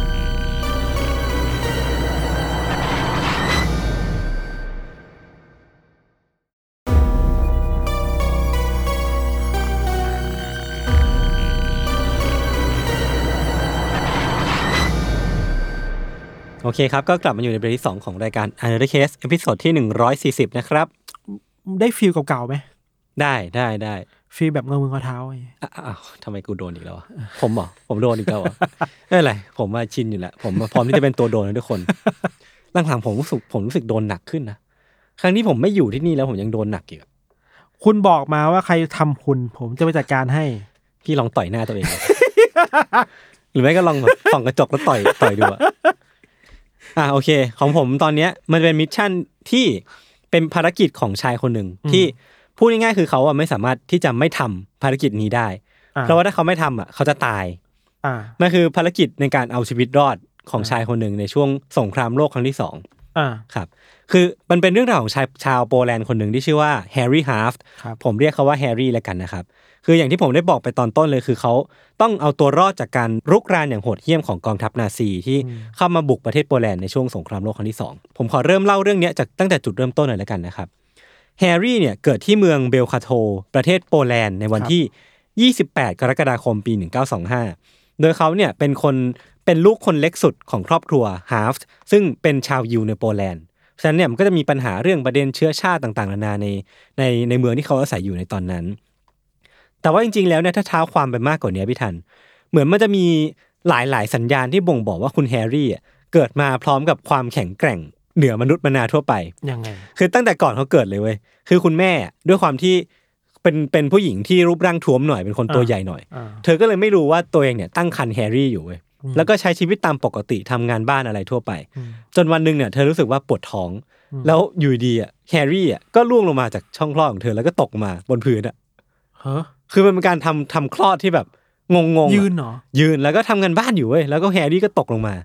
โอเคครับ ก็กลับมาอยู่ในเบรกที่สองของรายการ Another Case เอพิโซดที่หนึ่งร้อยสี่สิบนะครับได้ฟีลเก่าๆไหมได้ได้ได้ฟีลแบบเงามือเงาเท้าไอ้อ้าวอ้าวทำไมกูโดนอีกแล้วอะผมเหรอผมโดนอีกแล้วเหรอไม่เป็นไรผมว่าชินอยู่แล้วผมพร้อมที่จะเป็นตัวโดนนะทุกคนหลังๆผมรู้สึกผมรู้สึกโดนหนักขึ้นนะครั้งที่ผมไม่อยู่ที่นี่แล้วผมยังโดนหนักอีกอะคุณบอกมาว่าใครทำคุณ ผมจะไปจัดการให้พี่ลองต่อยหน้าตัวเอง หรือไม่ก็ลองแบบส่องกระจกแล้วต่อยต่อยดูอะอ่ะโอเค ของผมตอนเนี้ยมันเป็นมิชชั่นที่เป็นภารกิจของชายคนหนึ่งที่พูดง่ายๆคือเขาอะไม่สามารถที่จะไม่ทำภารกิจนี้ได้อ่าเพราะว่าถ้าเขาไม่ทำอะเขาจะตายอ่ามันคือภารกิจในการเอาชีวิตรอดของชายคนหนึ่งในช่วงสงครามโลกครั้งที่สองอ่าครับคือมันเป็นเรื่องราวของชายชาวโปแลนด์คนหนึ่งที่ชื่อว่าแฮร์รี่ฮาร์ฟครับผมเรียกเขาว่าแฮร์รี่แล้วกันนะครับคืออย่างที่ผมได้บอกไปตอนต้นเลยคือเขาต้องเอาตัวรอดจากการรุกรานอย่างโหดเหี้ยมของกองทัพนาซีที่เข้ามาบุกประเทศโปแลนด์ในช่วงสงครามโลกครั้งที่สองผมขอเริ่มเล่าเรื่องนี้จากตั้งแต่จุดเริ่มต้นเลยแล้วกันนะครับแฮร์รี่เนี่ยเกิดที่เมืองเบลคาโทประเทศโปแลนด์ในวันที่ยี่สิบแปดกรกฎาคมปีหนึ่งเก้าสองห้าโดยเขาเนี่ยเป็นคนเป็นลูกคนเล็กสุดของครอบครัวฮาร์ฟซึ่งเป็นชาวยิวในโปแลนด์ฉะนั้นเนี่ยมันก็จะมีปัญหาเรื่องประเด็นเชื้อชาติต่างๆนานาในในในเมืองที่เขาอาศัยอยู่ในตอนนั้นแต่ว่าจริงๆแล้วเนี่ยถ้าเท้าความไปมากกว่านี้พี่ทันเหมือนมันจะมีหลายๆสัญญาณที่บ่งบอกว่าคุณแฮร์รี่เกิดมาพร้อมกับความแข็งแกร่งเหนือมนุษย์มนาทั่วไปยังไงคือตั้งแต่ก่อนเขาเกิดเลยเว้ยคือคุณแม่ด้วยความที่เป็นเป็นผู้หญิงที่รูปร่างท้วมหน่อยเป็นคนตัวใหญ่หน่อยอ่าเธอก็เลยไม่รู้ว่าตัวเองเนี่ยตั้งครรภ์แฮร์รี่อยู่เว้ยแล้วก็ใช้ชีวิตตามปกติทำงานบ้านอะไรทั่วไป จนวันหนึ่งเนี่ยเธอรู้สึกว่าปวดท้องแล้วอยู่ดีอ่ะแฮร์รี่อ่ะก็ล่วงลงมาจากช่องคลอดของเธอแล้วก็ตกมาบนพื้นอ่ะเฮ้อคือมันเป็นการทำทำคลอดที่แบบงงๆอะยืนเหรอยืนแล้วก็ทำงานบ้านอยู่เว้ยแล้วก็แฮร์รี่ก็ตกลงมา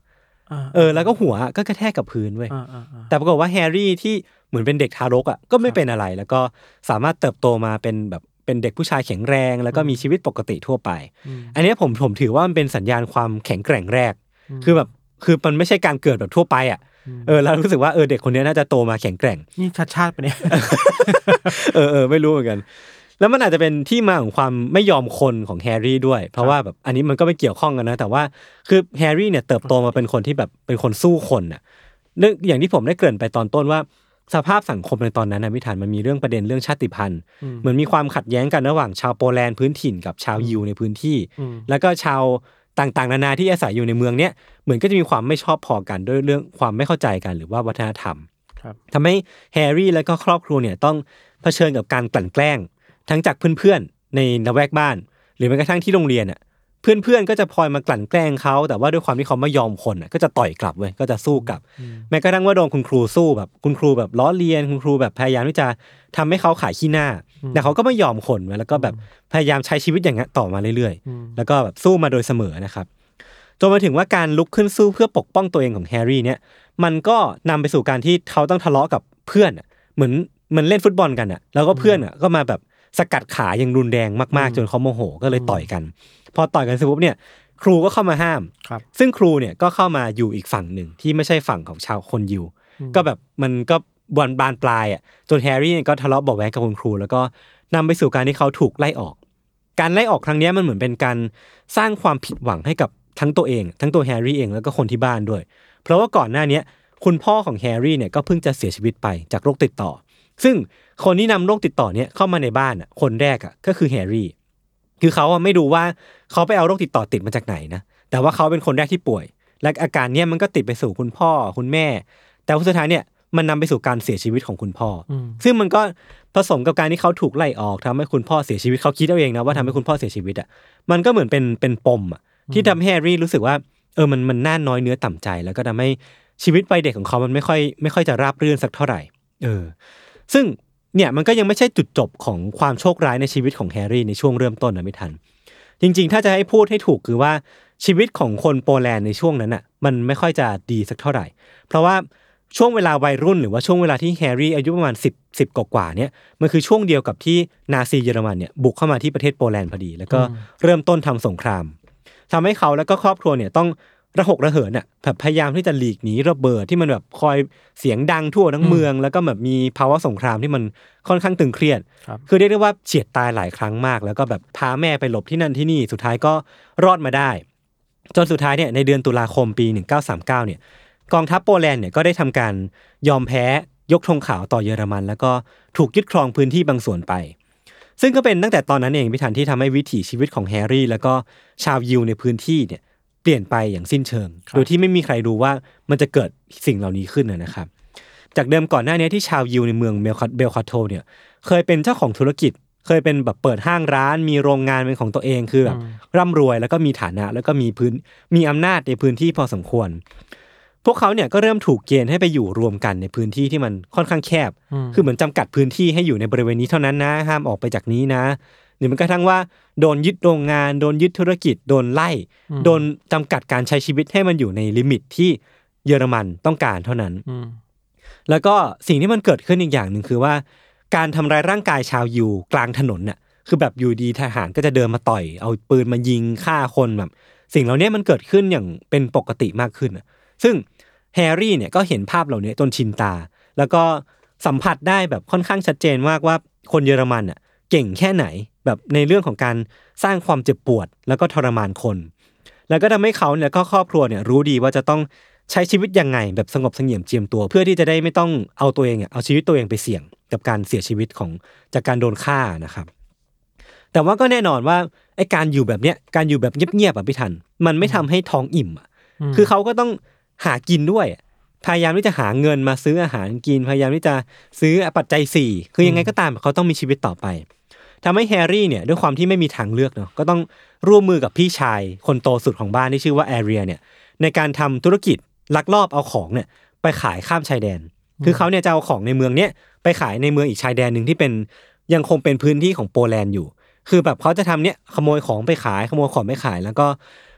เออแล้วก็หัวก็กระแทกกับพื้นเว้ยอ่าๆๆแต่ปรากฏว่าแฮร์รี่ที่เหมือนเป็นเด็กทารกอ่ะก็ไม่เป็นอะไรแล้วก็สามารถเติบโตมาเป็นแบบเป็นเด็กผู้ชายแข็งแรงแล้วก็มีชีวิตปกติทั่วไปอันนี้ผมผมถือว่ามันเป็นสัญญาณความแข็งแกร่งแรกคือแบบคือมันไม่ใช่การเกิดแบบทั่วไปอ่ะเออเรารู้สึกว่าเออเด็กคนนี้น่าจะโตมาแข็งแกร่งนี่ชัดชาติไปเนี่ยเออเออไม่รู้เหมือนกันแล้วมันอาจจะเป็นที่มาของความไม่ยอมคนของแฮร์รี่ด้วยเพราะว่าแบบอันนี้มันก็ไม่เกี่ยวข้องกันนะแต่ว่าคือแฮร์รี่เนี่ยเติบโตมาเป็นคนที่แบบเป็นคนสู้คนน่ะเรื่องอย่างที่ผมได้เกริ่นไปตอนต้นว่าสภาพสังคมในตอนนั้นนะมิถานมันมีเรื่องประเด็นเรื่องชาติพันธุ์เหมือนมีความขัดแย้งกันระหว่างชาวโปแลนด์พื้นถิ่นกับชาวยิวในพื้นที่แล้วก็ชาวต่างๆนานาที่อาศัยอยู่ในเมืองเนี้ยเหมือนก็จะมีความไม่ชอบพอกันด้วยเรื่องความไม่เข้าใจกันหรือว่าวัฒนธรรมทำให้แฮร์รี่และก็ครอบครัวเนี่ยต้องเผชิญกับการกลั่นแกล้งทั้งจากเพื่อนๆในละแวกบ้านหรือแม้กระทั่งที่โรงเรียนอ่ะเพื่อนๆก็จะพลอยมากลั่นแกล้งเขาแต่ว่าด้วยความที่เขาไม่ยอมคนอ่ะก็จะต่อยกลับเว้ยก็จะสู้กลับแม้กระทั่งว่าโดนคุณครูสู้แบบคุณครูแบบล้อเลียนคุณครูแบบพยายามที่จะทำให้เขาขายขี้หน้าแต่เขาก็ไม่ยอมคนแล้วก็แบบพยายามใช้ชีวิตอย่างนี้ต่อมาเรื่อยๆแล้วก็แบบสู้มาโดยเสมอนะครับจนมาถึงว่าการลุกขึ้นสู้เพื่อปกป้องตัวเองของแฮร์รี่เนี่ยมันก็นำไปสู่การที่เขาต้องทะเลาะกับเพื่อนอ่ะเหมือนมันเล่นฟุตบอลกันอ่ะแล้วก็เพื่อนอ่ะก็มาแบบสกัดขาอย่างรุนแรงมากๆจนเขาโมโหก็เลยต่อยกันพอต่อยกันเสร็จปุ๊บเนี่ยครูก็เข้ามาห้ามซึ่งครูเนี่ยก็เข้ามาอยู่อีกฝั่งหนึ่งที่ไม่ใช่ฝั่งของชาวคนยิวก็แบบมันก็บานบานปลายอ่ะจนแฮร์รี่ก็ทะเลาะเบาะแว้งกับคุณครูแล้วก็นำไปสู่การที่เขาถูกไล่ออกการไล่ออกครั้งนี้มันเหมือนเป็นการสร้างความผิดหวังให้กับทั้งตัวเองทั้งตัวแฮร์รี่เองแล้วก็คนที่บ้านด้วยเพราะว่าก่อนหน้านี้คุณพ่อของแฮร์รี่เนี่ยก็เพิ่งจะเสียชีวิตไปจากโรคติดต่อซึ่งคนที่นำโรคติดต่อเนี่ยเข้ามาในบ้านอ่ะคนแรกอ่ะก็คือแฮร์รี่คือเขาอ่ะไม่รู้ว่าเขาไปเอาโรคติดต่อติดมาจากไหนนะแต่ว่าเขาเป็นคนแรกที่ป่วยและอาการเนี้ยมันก็ติดไปสู่คุณพ่อคุณแม่แต่สุดท้ายเนี่ยมันนำไปสู่การเสียชีวิตของคุณพ่อซึ่งมันก็ผสมกับการที่เขาถูกไล่ออกทำให้คุณพ่อเสียชีวิตเขาคิดเอาเองนะว่าทำให้คุณพ่อเสียชีวิตอ่ะมันก็เหมือนเป็นเป็นปมอ่ะที่ทำให้แฮร์รี่รู้สึกว่าเออมันมันน่าน้อยเนื้อต่ำใจแล้วก็ทำให้ชีวิตวัยเด็กของเขามันไม่ค่อยไม่ค่อยจะราบรื่นสักเท่าไหร่เออซึ่งเนี่ยมันก็ยังไม่ใช่จุดจบของความโชคร้ายในชีวิตของแฮร์รี่ในช่วงเริ่มต้นนะไม่ทันจริงๆถ้าจะให้พูดให้ถูกคือว่าชีวิตของคนโปแลนด์ในช่วงนั้นน่ะมันไม่ค่อยจะดีสักเท่าไหร่เพราะว่าช่วงเวลาวัยรุ่นหรือว่าช่วงเวลาที่แฮร์รี่อายุประมาณสิบ สิบกว่าๆเนี่ยมันคือช่วงเดียวกับที่นาซีเยอรมันเนี่ยบุกเข้ามาที่ประเทศโปแลนด์พอดีแล้วก็เริ่มต้นทำสงครามทำให้เขาแล้วก็ครอบครัวเนี่ยต้องระหกระเหินอ่ะแบบพยายามที่จะหลีกหนีระเบิดที่มันแบบคอยเสียงดังทั่วทั้งเมืองแล้วก็แบบมีภาวะสงครามที่มันค่อนข้างตึงเครียดคือเรียกได้ว่าเฉียดตายหลายครั้งมากแล้วก็แบบพาแม่ไปหลบที่นั่นที่นี่สุดท้ายก็รอดมาได้จนสุดท้ายเนี่ยในเดือนตุลาคมปีหนึ่งเก้าสามเก้าเนี่ยกองทัพโปแลนด์เนี่ยก็ได้ทำการยอมแพ้ยกธงขาวต่อเยอรมันแล้วก็ถูกยึดครองพื้นที่บางส่วนไปซึ่งก็เป็นตั้งแต่ตอนนั้นเองพิธันที่ทำให้วิถีชีวิตของแฮร์รี่แล้วก็ชาวยิวในพื้นที่เนี่ยเปลี่ยนไปอย่างสิ้นเชิงโดยที่ไม่มีใครรู้ว่ามันจะเกิดสิ่งเหล่านี้ขึ้นนะครับจากเดิมก่อนหน้านี้ที่ชาวยิวในเมืองเบลคาโตเนี่ยเคยเป็นเจ้าของธุรกิจเคยเป็นแบบเปิดห้างร้านมีโรงงานเป็นของตัวเองคือแบบร่ำรวยแล้วก็มีฐานะแล้วก็มีพื้นมีอำนาจในพื้นที่พอสมควรพวกเขาเนี่ยก็เริ่มถูกเกณฑ์ให้ไปอยู่รวมกันในพื้นที่ที่มันค่อนข้างแคบคือเหมือนจำกัดพื้นที่ให้อยู่ในบริเวณนี้เท่านั้นนะห้ามออกไปจากนี้นะหรือมันกระทั่งว่าโดนยึดโรงงานโดนยึดธุรกิจโดนไล่โดนจำกัดการใช้ชีวิตให้มันอยู่ในลิมิตที่เยอรมันต้องการเท่านั้นแล้วก็สิ่งที่มันเกิดขึ้นอีกอย่างนึงคือว่าการทำร้ายร่างกายชาวยิวกลางถนนน่ะคือแบบอยู่ดีทหารก็จะเดินมาต่อยเอาปืนมายิงฆ่าคนแบบสิ่งเหล่านี้มันเกิดขึ้นอย่างเป็นปกติมากขึ้นซึ่งแฮร์รี่เนี่ยก็เห็นภาพเหล่านี้จนชินตาแล้วก็สัมผัสได้แบบค่อนข้างชัดเจนมากว่าคนเยอรมันอ่ะเก่งแค่ไหนแบบในเรื่องของการสร้างความเจ็บปวดแล้วก็ทรมานคนแล้วก็ทำให้เขาเนี่ยก็ครอบครัวเนี่ยรู้ดีว่าจะต้องใช้ชีวิตยังไงแบบสงบเสงี่ยมเจียมตัวเพื่อที่จะได้ไม่ต้องเอาตัวเองอ่ะเอาชีวิตตัวเองไปเสี่ยงกับการเสียชีวิตของจากการโดนฆ่านะครับแต่ว่าก็แน่นอนว่าไอ้การอยู่แบบเนี้ยการอยู่แบบเงียบๆอ่ะพี่ทันมันไม่ทำให้ท้องอิ่มอ่ะคือเขาก็ต้องหากินด้วยพยายามที่จะหาเงินมาซื้ออาหารกินพยายามที่จะซื้อปัจจัยสี่คือยังไงก็ตามเขาต้องมีชีวิตต่อไปทำให้แฮร์รี่เนี่ยด้วยความที่ไม่มีทางเลือกเนาะก็ต้องร่วมมือกับพี่ชายคนโตสุดของบ้านที่ชื่อว่าแอเรียเนี่ยในการทำธุรกิจลักลอบเอาของเนี่ยไปขายข้ามชายแดนคือเขาเนี่ยจะเอาของในเมืองเนี้ยไปขายในเมืองอีกชายแดนนึงที่เป็นยังคงเป็นพื้นที่ของโปแลนด์อยู่คือแบบเขาจะทำเนี่ยขโมยของไปขายขโมยของไปขายแล้วก็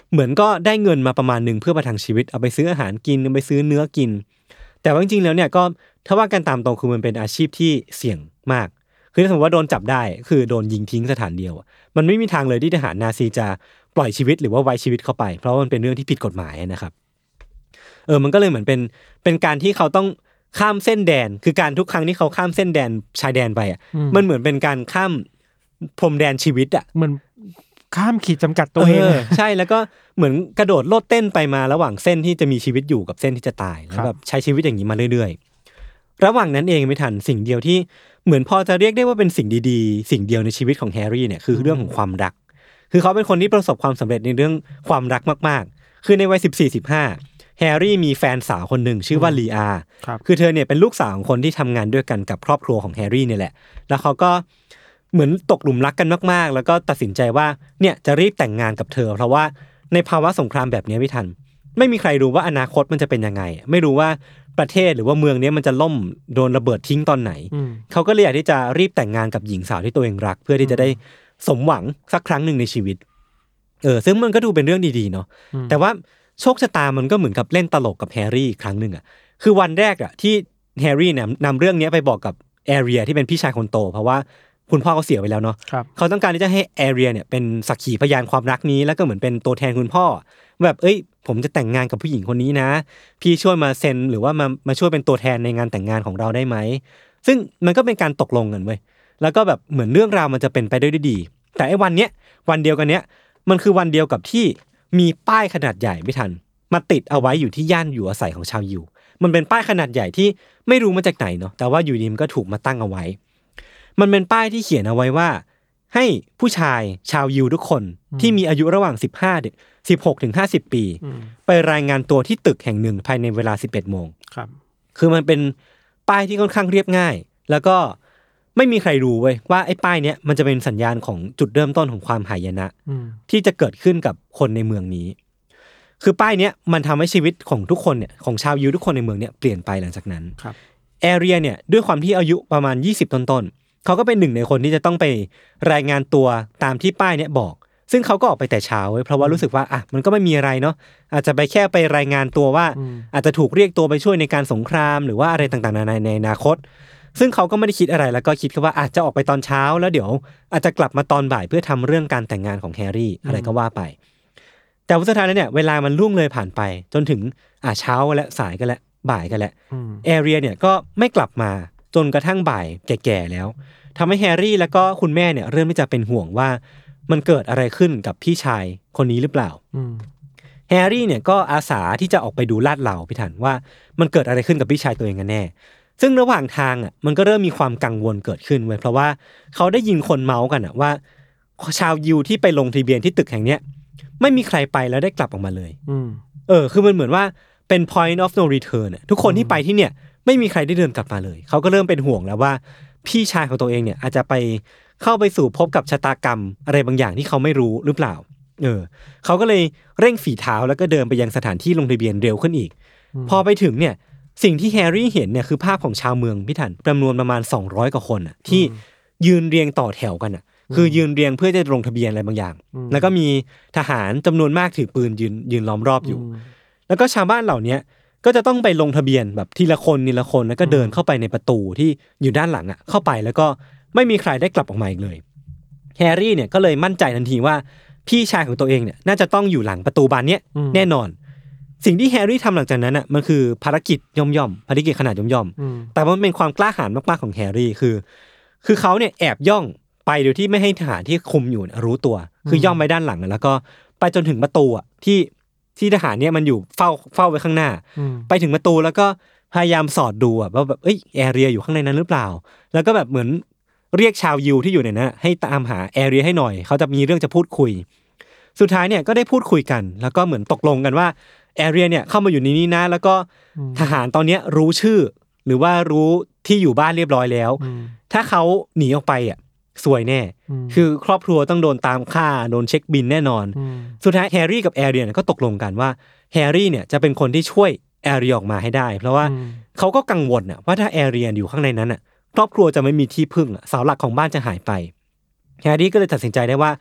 เหมือนก็ได้เงินมาประมาณนึงเพื่อประทังชีวิตเอาไปซื้ออาหารกินเอาไปซื้อเนื้อกินแต่ว่าจริงๆแล้วเนี่ยก็ถ้าว่ากันตามตรงคือมันเป็นอาชีพที่เสี่ยงมากคือถ้าสมมติว่าโดนจับได้คือโดนยิงทิ้งสถานเดียวมันไม่มีทางเลยที่ทหารนาซีจะปล่อยชีวิตหรือว่าไว้ชีวิตเข้าไปเพราะมันเป็นเรื่องที่ผิดกฎหมายนะครับเออมันก็เลยเหมือนเป็นเป็นการที่เขาต้องข้ามเส้นแดนคือการทุกครั้งที่เขาข้ามเส้นแดนชายแดนไปอ่ะมันเหมือนเป็นการข้ามพรมแดนชีวิตอ่ะเหมือนข้ามขีดจำกัดตัวเองใช่แล้วก็เหมือนกระโดดโลดเต้นไปมาระหว่างเส้นที่จะมีชีวิตอยู่กับเส้นที่จะตายแล้วแบบใช้ชีวิตอย่างนี้มาเรื่อยๆระหว่างนั้นเองไม่ทันสิ่งเดียวที่เหมือนพอจะเรียกได้ว่าเป็นสิ่งดีๆสิ่งเดียวในชีวิตของแฮร์รี่เนี่ยคือเรื่องของความรักคือเขาเป็นคนที่ประสบความสำเร็จในเรื่องความรักมากๆคือในวัยสิบสี่ สิบห้าแฮร์รี่มีแฟนสาวคนหนึ่งชื่อว่าลีอาคือเธอเนี่ยเป็นลูกสาวของคนที่ทำงานด้วยกันกับครอบครัวของแฮร์รี่เนี่ยแหละแล้วเขาก็เหมือนตกหลุมรักกันมากๆแล้วก็ตัดสินใจว่าเนี่ยจะรีบแต่งงานกับเธอเพราะว่าในภาวะสงครามแบบนี้ไม่ทันไม่มีใครรู้ว่าอนาคตมันจะเป็นยังไงไม่รู้ว่าประเทศหรือว่าเมืองนี้มันจะล่มโดนระเบิดทิ้งตอนไหนเขาก็เลยอยากที่จะรีบแต่งงานกับหญิงสาวที่ตัวเองรักเพื่อที่จะได้สมหวังสักครั้งหนึ่งในชีวิตเออซึ่งมันก็ดูเป็นเรื่องดีๆเนาะแต่ว่าโชคชะตามันก็เหมือนกับเล่นตลกกับแฮร์รี่ครั้งหนึ่งอ่ะคือวันแรกอ่ะที่แฮร์รี่เนี่ยนำเรื่องนี้ไปบอกกับแอเรียที่เป็นพี่ชายคนโตเพราะว่าคุณพ่อเขาเสียไปแล้วเนาะเขาต้องการที่จะให้แอเรียเนี่ยเป็นสักขีพยานความรักนี้แล้วก็เหมือนเป็นตัวแทนคุณพ่อแบบเอ้ยผมจะแต่งงานกับผู้หญิงคนนี้นะพี่ช่วยมาเซ็นหรือว่ามามาช่วยเป็นตัวแทนในงานแต่งงานของเราได้ไหมซึ่งมันก็เป็นการตกลงกันเว้ยแล้วก็แบบเหมือนเรื่องราวมันจะเป็นไปได้ด้วยดีแต่ไอ้วันเนี้ยวันเดียวกันเนี้ยมันคือวันเดียวกับที่มีป้ายขนาดใหญ่ไม่ทันมาติดเอาไว้อยู่ที่ย่านอยู่อาศัยของชาวยิวมันเป็นป้ายขนาดใหญ่ที่ไม่รู้มาจากไหนเนาะแต่ว่าอยู่ดีมันก็ถูกมาตั้งเอาไว้มันเป็นป้ายที่เขียนเอาไว้ว่าให้ผู้ชายชาวยิวทุกคนที่มีอายุระหว่างสิบห้า สิบหกถึงห้าสิบปีไปรายงานตัวที่ตึกแห่งหนึ่งภายในเวลา สิบเอ็ดโมงครับคือมันเป็นป้ายที่ค่อนข้างเรียบง่ายแล้วก็ไม่มีใครรู้เว้ยว่าไอ้ป้ายเนี้ยมันจะเป็นสัญญาณของจุดเริ่มต้นของความหายนะที่จะเกิดขึ้นกับคนในเมืองนี้คือป้ายเนี้ยมันทำให้ชีวิตของทุกคนเนี่ยของชาวยิวทุกคนในเมืองเนี้ยเปลี่ยนไปหลังจากนั้นแอเรียเนี่ยด้วยความที่อายุประมาณยี่สิบต้นๆเขาก็เป็นหนึ่งในคนที่จะต้องไปรายงานตัวตามที่ป้ายเนี้ยบอกซึ่งเขาก็ออกไปแต่เช้าเว้ยเพราะว่ารู้สึกว่าอ่ะมันก็ไม่มีอะไรเนาะอาจจะไปแค่ไปรายงานตัวว่าอาจจะถูกเรียกตัวไปช่วยในการสงครามหรือว่าอะไรต่างๆนานาในอนาคตซึ่งเขาก็ไม่ได้คิดอะไรแล้วก็คิดแค่ว่าอาจจะออกไปตอนเช้าแล้วเดี๋ยวอาจจะกลับมาตอนบ่ายเพื่อทำเรื่องการแต่งงานของแฮร์รี่อะไรก็ว่าไปแต่ว่าสุดท้ายแล้วเนี่ยเวลามันล่วงเลยผ่านไปจนถึงอ่ะเช้าและสายกันแล้วบ่ายกันแล้วแอเรียเนี่ยก็ไม่กลับมาจนกระทั่งบ่ายแก่ๆแล้วทำให้แฮร์รี่แล้วก็คุณแม่เนี่ยเริ่มที่จะเป็นห่วงว่ามันเกิดอะไรขึ้นกับพี่ชายคนนี้หรือเปล่าแฮร์รี่เนี่ยก็อาสาที่จะออกไปดูลาดเหลาพี่ถันว่ามันเกิดอะไรขึ้นกับพี่ชายตัวเองกันแน่ซึ่งระหว่างทางอ่ะมันก็เริ่มมีความกังวลเกิดขึ้นเว้ยเพราะว่าเขาได้ยินคนเมาส์กันอ่ะว่าชาวยิวที่ไปลงทะเบียนที่ตึกแห่งเนี้ยไม่มีใครไปแล้วได้กลับออกมาเลยเออคือมันเหมือนว่าเป็น point of no return อ่ะทุกคนที่ไปที่เนี่ยไม่มีใครได้เดินกลับมาเลยเขาก็เริ่มเป็นห่วงแล้วว่าพี่ชายของตัวเองเนี่ยอาจจะไปเข้าไปสู่พบกับชะตากรรมอะไรบางอย่างที่เขาไม่รู้หรือเปล่าเออเขาก็เลยเร่งฝีเท้าแล้วก็เดินไปยังสถานที่ลงทะเบียนเร็วขึ้นอีกพอไปถึงเนี่ยสิ่งที่แฮร์รี่เห็นเนี่ยคือภาพของชาวเมืองพี่ถันจำนวนประมาณสองร้อยกว่าคนอ่ะที่ยืนเรียงต่อแถวกันอ่ะคือยืนเรียงเพื่อจะลงทะเบียนอะไรบางอย่างแล้วก็มีทหารจำนวนมากถือปืนยืนยืนล้อมรอบอยู่แล้วก็ชาวบ้านเหล่านี้ก็จะต้องไปลงทะเบียนแบบทีละคนทีละคนแล้วก็เดินเข้าไปในประตูที่อยู่ด้านหลังอ่ะเข้าไปแล้วก็ไม่มีใครได้กลับออกมาอีกเลยแฮร์รี่เนี่ยก็เลยมั่นใจทันทีว่าพี่ชายของตัวเองเนี่ยน่าจะต้องอยู่หลังประตูบานเนี้ยแน่นอนสิ่งที่แฮร์รี่ทำหลังจากนั้นอ่ะมันคือภารกิจย่อมๆภารกิจขนาดย่อมๆแต่มันเป็นความกล้าหาญมากๆของแฮร์รี่คือคือเขาเนี่ยแอบย่องไปโดยที่ไม่ให้ทหารที่คุมอยู่รู้ตัวคือย่อมไปด้านหลังแล้วก็ไปจนถึงประตูอ่ะที่ที่ทหารเนี่ยมันอยู่เฝ้าเฝ้าไว้ข้างหน้าไปถึงประตูแล้วก็พยายามสอดดูอ่ะว่าแบบเอ้ยแอเรียอยู่ข้างในนั้นหรือเปล่าแล้วก็แบบเหมือนเรียกชาวยิวที่อยู่ในนั้นให้ตามหาแอเรียให้หน่อยเขาจะมีเรื่องจะพูดคุยสุดท้ายเนี่ยก็ได้พูดคุยกันแล้วก็เหมือนตกลงกันว่าแอเรียเนี่ยเข้ามาอยู่ในนี้นะแล้วก็ทหารตอนนี้รู้ชื่อหรือว่ารู้ที่อยู่บ้านเรียบร้อยแล้วถ้าเขาหนีออกไปอ่ะสวยแน่คือครอบครัวต้องโดนตามฆ่าโดนเช็คบินแน่นอนสุดท้ายแฮร์รี่กับแอเรียก็ตกลงกันว่าแฮร์รี่เนี่ยจะเป็นคนที่ช่วยแอเรียออกมาให้ได้เพราะว่าเขาก็กังวลน่ะว่าถ้าแอเรียอยู่ข้างในนั้นน่ะครอบครัวจะไม่มีที่พึ่งเสาหลักของบ้านจะหายไปแฮร์รี่ก็เลยตัดสินใจได้ว่า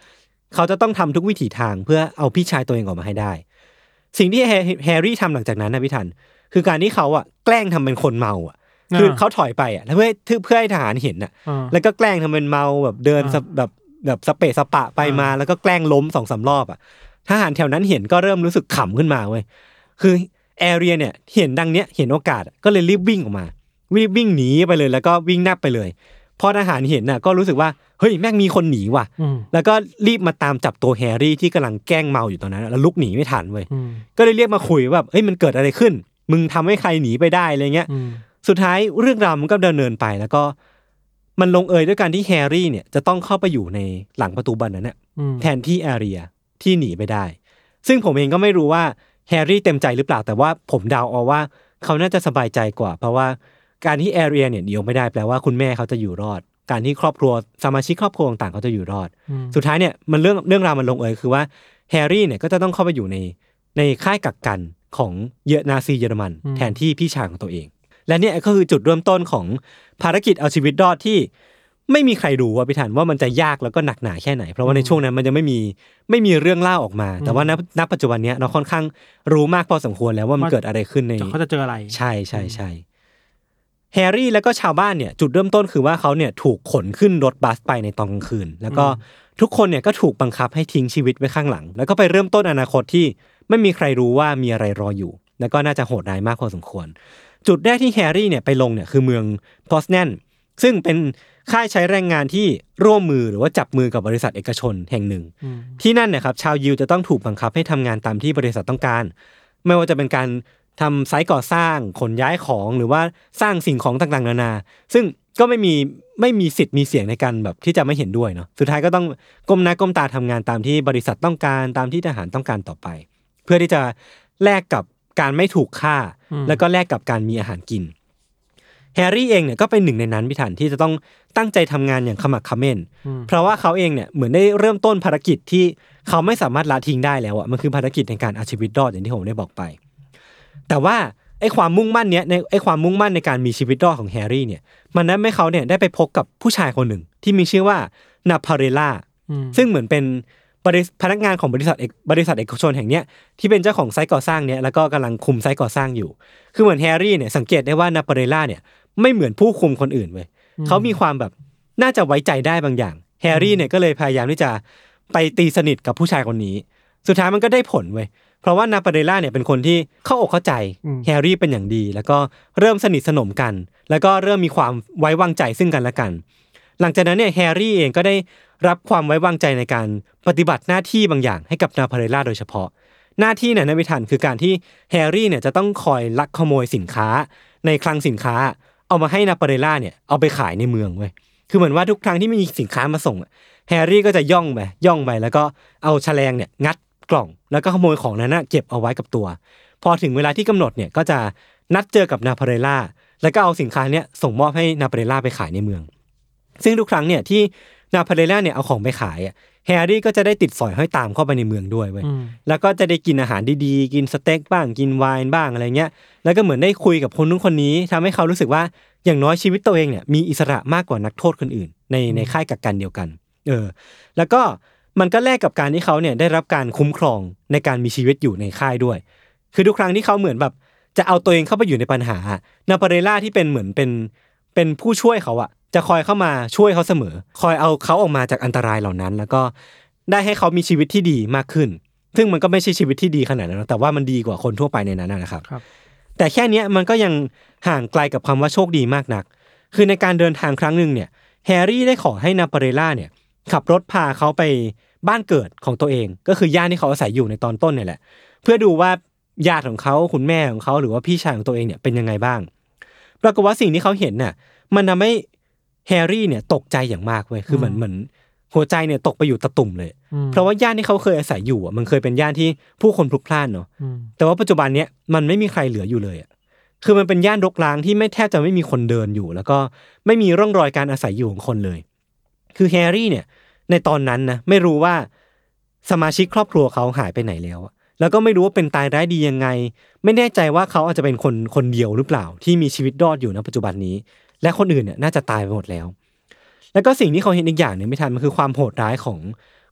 เขาจะต้องทำทุกวิถีทางเพื่อเอาพี่ชายตัวเองออกมาให้ได้สิ่งที่แฮร์รี่ทำหลังจากนั้นนะพี่ทันคือการที่เขาอ่ะแกล้งทำเป็นคนเมาอ่ะคือเขาถอยไปอ่ะเพื่อเพื่อให้ทหารเห็นอ่ะแล้วก็แกล้งทำเป็นเมาแบบเดินแบบแบบสเปะสปะไปมาแล้วก็แกล้งล้ม สองสาม รอบอ่ะทหารแถวนั้นเห็นก็เริ่มรู้สึกขำขึ้นมาเว้ยคือแอเรียเนี่ยเห็นดังเนี้ยเห็นโอกาสก็เลยรีบวิ่งออกมาวิ่งวิ่งหนีไปเลยแล้วก็วิ่งแนบไปเลยพอทหารเห็นน่ะก็รู้สึกว่าเฮ้ยแม่งมีคนหนีว่ะแล้วก็รีบมาตามจับตัวแฮร์รี่ที่กำลังแกล้งเมาอยู่ตอนนั้นแล้วลุกหนีไม่ทันเว้ยก็เลยเรียกมาคุยว่าเฮ้ยมันเกิดอะไรขึ้นมึงทำให้ใครหนีไปได้อะไรเงี้ยสุดท้ายเรื่องราวมันก็ดำเนินไปแล้วก็มันลงเอยด้วยการที่แฮร์รี่เนี่ยจะต้องเข้าไปอยู่ในหลังประตูบานนั้นน่ะแทนที่แอเรียที่หนีไปได้ซึ่งผมเองก็ไม่รู้ว่าแฮร์รี่เต็มใจหรือเปล่าแต่ว่าผมเดาเอาว่าเขาน่าจะสบายใจกว่าเพราะว่าการที่แอเรียเนี่ยหนีออกไม่ได้แปลว่าคุณแม่เขาจะอยู่รอดการที่ครอบครัวสมาชิกครอบครัวต่างๆเขาจะอยู่รอดสุดท้ายเนี่ยมันเรื่องเรื่องราวมันลงเอยคือว่าแฮร์รี่เนี่ยก็จะต้องเข้าไปอยู่ในในค่ายกักกันของเยอนาซีเยอรมันแทนที่พี่ชายของตัวเองและเนี่ยก็คือจุดเริ่มต้นของภารกิจเอาชีวิตรอดที่ไม่มีใครรู้ว่าพี่ถันว่ามันจะยากแล้วก็หนักหนาแค่ไหนเพราะว่าในช่วงนั้นมันจะไม่มีไม่มีเรื่องเล่าออกมาแต่ว่าณณปัจจุบันนี้เราค่อนข้างรู้มากพอสมควรแล้วว่ามันเกิดอะไรขึ้นในเขาจะเจออะไรใช่ใช่ใช่แฮร์รี่แล้วก็ชาวบ้านเนี่ยจุดเริ่มต้นคือว่าเขาเนี่ยถูกขนขึ้นรถบัสไปในตอนกลางคืนแล้วก็ทุกคนเนี่ยก็ถูกบังคับให้ทิ้งชีวิตไว้ข้างหลังแล้วก็ไปเริ่มต้นอนาคตที่ไม่มีใครรู้ว่ามีอะไรรออยู่แล้วก็น่าจะโหดร้ายมากพอสมควรจุดแรกที่แฮร์รี่เนี่ยไปลงเนี่ยคือเมืองพอสแนนซึ่งเป็นค่ายใช้แรงงานที่ร่วมมือหรือว่าจับมือกับบริษัทเอกชนแห่งหนึ่งที่นั่นเนี่ยครับชาวยิวจะต้องถูกบังคับให้ทำงานตามที่บริษัทต้องการไม่ว่าจะเป็นการทำไซต์ก่อสร้างขนย้ายของหรือว่าสร้างสิ่งของต่างๆนานาซึ่งก็ไม่มีไม่มีสิทธิ์มีเสียงในการแบบที่จะไม่เห็นด้วยเนาะสุดท้ายก็ต้องก้มหน้าก้มตาทำงานตามที่บริษัทต้องการตามที่ทหารต้องการต่อไปเพื่อที่จะแลกกับการไม่ถูกฆ่าแล้วก็แลกกับการมีอาหารกินแฮร์รี่เองเนี่ยก็เป็นหนึ่งในนั้นพี่ถันที่จะต้องตั้งใจทำงานอย่างขมักเขม้นเพราะว่าเขาเองเนี่ยเหมือนได้เริ่มต้นภารกิจที่เขาไม่สามารถละทิ้งได้แล้วอ่ะมันคือภารกิจในการเอาชีวิตรอดอย่างที่ผมได้บอกไปแต่ว่าไอ้ความมุ่งมั่นเนี้ยในไอ้ความมุ่งมั่นในการมีชีวิตรอดของแฮร์รี่เนี่ยมันทำให้เขาเนี่ยได้ไปพบกับผู้ชายคนหนึ่งที่มีชื่อว่านาพาเรล่าซึ่งเหมือนเป็นพนักงานของบริษัทบริษัทเอกชนแห่งเนี้ยที่เป็นเจ้าของไซต์ก่อสร้างเนี้ยแล้วก็กำลังคุมไซต์ก่อสร้างอยู่คือเหมือนแฮร์รี่เนี่ยสังเกตได้ว่านาพาเรล่าเนี่ยไม่เหมือนผู้คุมคนอื่นเว้ยเขามีความแบบน่าจะไว้ใจได้บางอย่างแฮร์รี่เนี่ยก็เลยพยายามที่จะไปตีสนิทกับผู้ชายคนนี้สุดท้ายมันก็ได้ผลเว้ยเพราะว่านาปาเรล่าเนี่ยเป็นคนที่เข้าอกเข้าใจแฮร์รี่เป็นอย่างดีแล้วก็เริ่มสนิทสนมกันแล้วก็เริ่มมีความไว้วางใจซึ่งกันและกันหลังจากนั้นเนี่ยแฮร์รี่เองก็ได้รับความไว้วางใจในการปฏิบัติหน้าที่บางอย่างให้กับนาปาเรล่าโดยเฉพาะหน้าที่เนี่ยในวิถันคือการที่แฮร์รี่เนี่ยจะต้องคอยลักขโมยสินค้าในคลังสินค้าเอามาให้นาปาเรล่าเนี่ยเอาไปขายในเมืองเว้ยคือเหมือนว่าทุกครั้งที่มีสินค้ามาส่งแฮร์รี่ก็จะย่องไปย่องไปแล้วก็เอาแฉลงเนี่ยงัดกล่องแล้วก็ขโมยของนั้นนะเก็บเอาไว้กับตัวพอถึงเวลาที่กำหนดเนี่ยก็จะนัดเจอกับนาพาเรล่าแล้วก็เอาสินค้าเนี้ยส่งมอบให้นาพาเรล่าไปขายในเมืองซึ่งทุกครั้งเนี่ยที่นาพาเรล่าเนี่ยเอาของไปขายอ่ะแฮร์รี่ก็จะได้ติดสอยห้อยตามเข้าไปในเมืองด้วยเว้ยแล้วก็จะได้กินอาหารดีๆกินสเต็กบ้างกินไวน์บ้างอะไรเงี้ยแล้วก็เหมือนได้คุยกับคนนู้นคนนี้ทำให้เขารู้สึกว่าอย่างน้อยชีวิตตัวเองเนี่ยมีอิสระมากกว่านักโทษคนอื่นในในค่ายกักกันเดียวกันเออแล้วก็มันก็แลกกับการที่เขาเนี่ยได้รับการคุ้มครองในการมีชีวิตอยู่ในค่ายด้วยคือทุกครั้งที่เขาเหมือนแบบจะเอาตัวเองเข้าไปอยู่ในปัญหานาปาเรล่าที่เป็นเหมือนเป็นเป็นผู้ช่วยเขาอะจะคอยเข้ามาช่วยเขาเสมอคอยเอาเขาออกมาจากอันตรายเหล่านั้นแล้วก็ได้ให้เขามีชีวิตที่ดีมากขึ้นซึ่งมันก็ไม่ใช่ชีวิตที่ดีขนาดนั้นแต่ว่ามันดีกว่าคนทั่วไปในนั้นนะครับแต่แค่นี้มันก็ยังห่างไกลกับคำว่าโชคดีมากนักคือในการเดินทางครั้งนึงเนี่ยแฮร์รี่ได้ขอให้นาปาเรล่าเนี่ยขับรถพาเขาไปบ้านเกิดของตัวเองก็คือย่านที่เขาอาศัยอยู่ในตอนต้นเนี่ยแหละเพื่อดูว่าญาติของเขาคุณแม่ของเขาหรือว่าพี่ชายของตัวเองเนี่ยเป็นยังไงบ้างปรากฏว่าสิ่งที่เขาเห็นน่ะมันทำให้แฮร์รี่เนี่ยตกใจอย่างมากเว้ยคือเหมือนเหมือนหัวใจเนี่ยตกไปอยู่ตะตุ่มเลยเพราะว่าย่านที่เขาเคยอาศัยอยู่อ่ะมันเคยเป็นย่านที่ผู้คนพลุกพล่านเนาะแต่ว่าปัจจุบันเนี้ยมันไม่มีใครเหลืออยู่เลยอ่ะคือมันเป็นย่านรกร้างที่ไม่แทบจะไม่มีคนเดินอยู่แล้วก็ไม่มีร่องรอยการอาศัยอยู่ของคนเลยคือแฮร์รี่เนี่ยในตอนนั้นนะไม่รู้ว่าสมาชิกครอบครัวเขาหายไปไหนแล้วแล้วก็ไม่รู้ว่าเป็นตายร้ายดียังไงไม่แน่ใจว่าเขาอาจจะเป็นคนคนเดียวหรือเปล่าที่มีชีวิตรอดอยู่ณปัจจุบันนี้และคนอื่นเนี่ยน่าจะตายไปหมดแล้วแล้วก็สิ่งที่เขาเห็นอีกอย่างนึงไม่ทันมันคือความโหดร้ายของ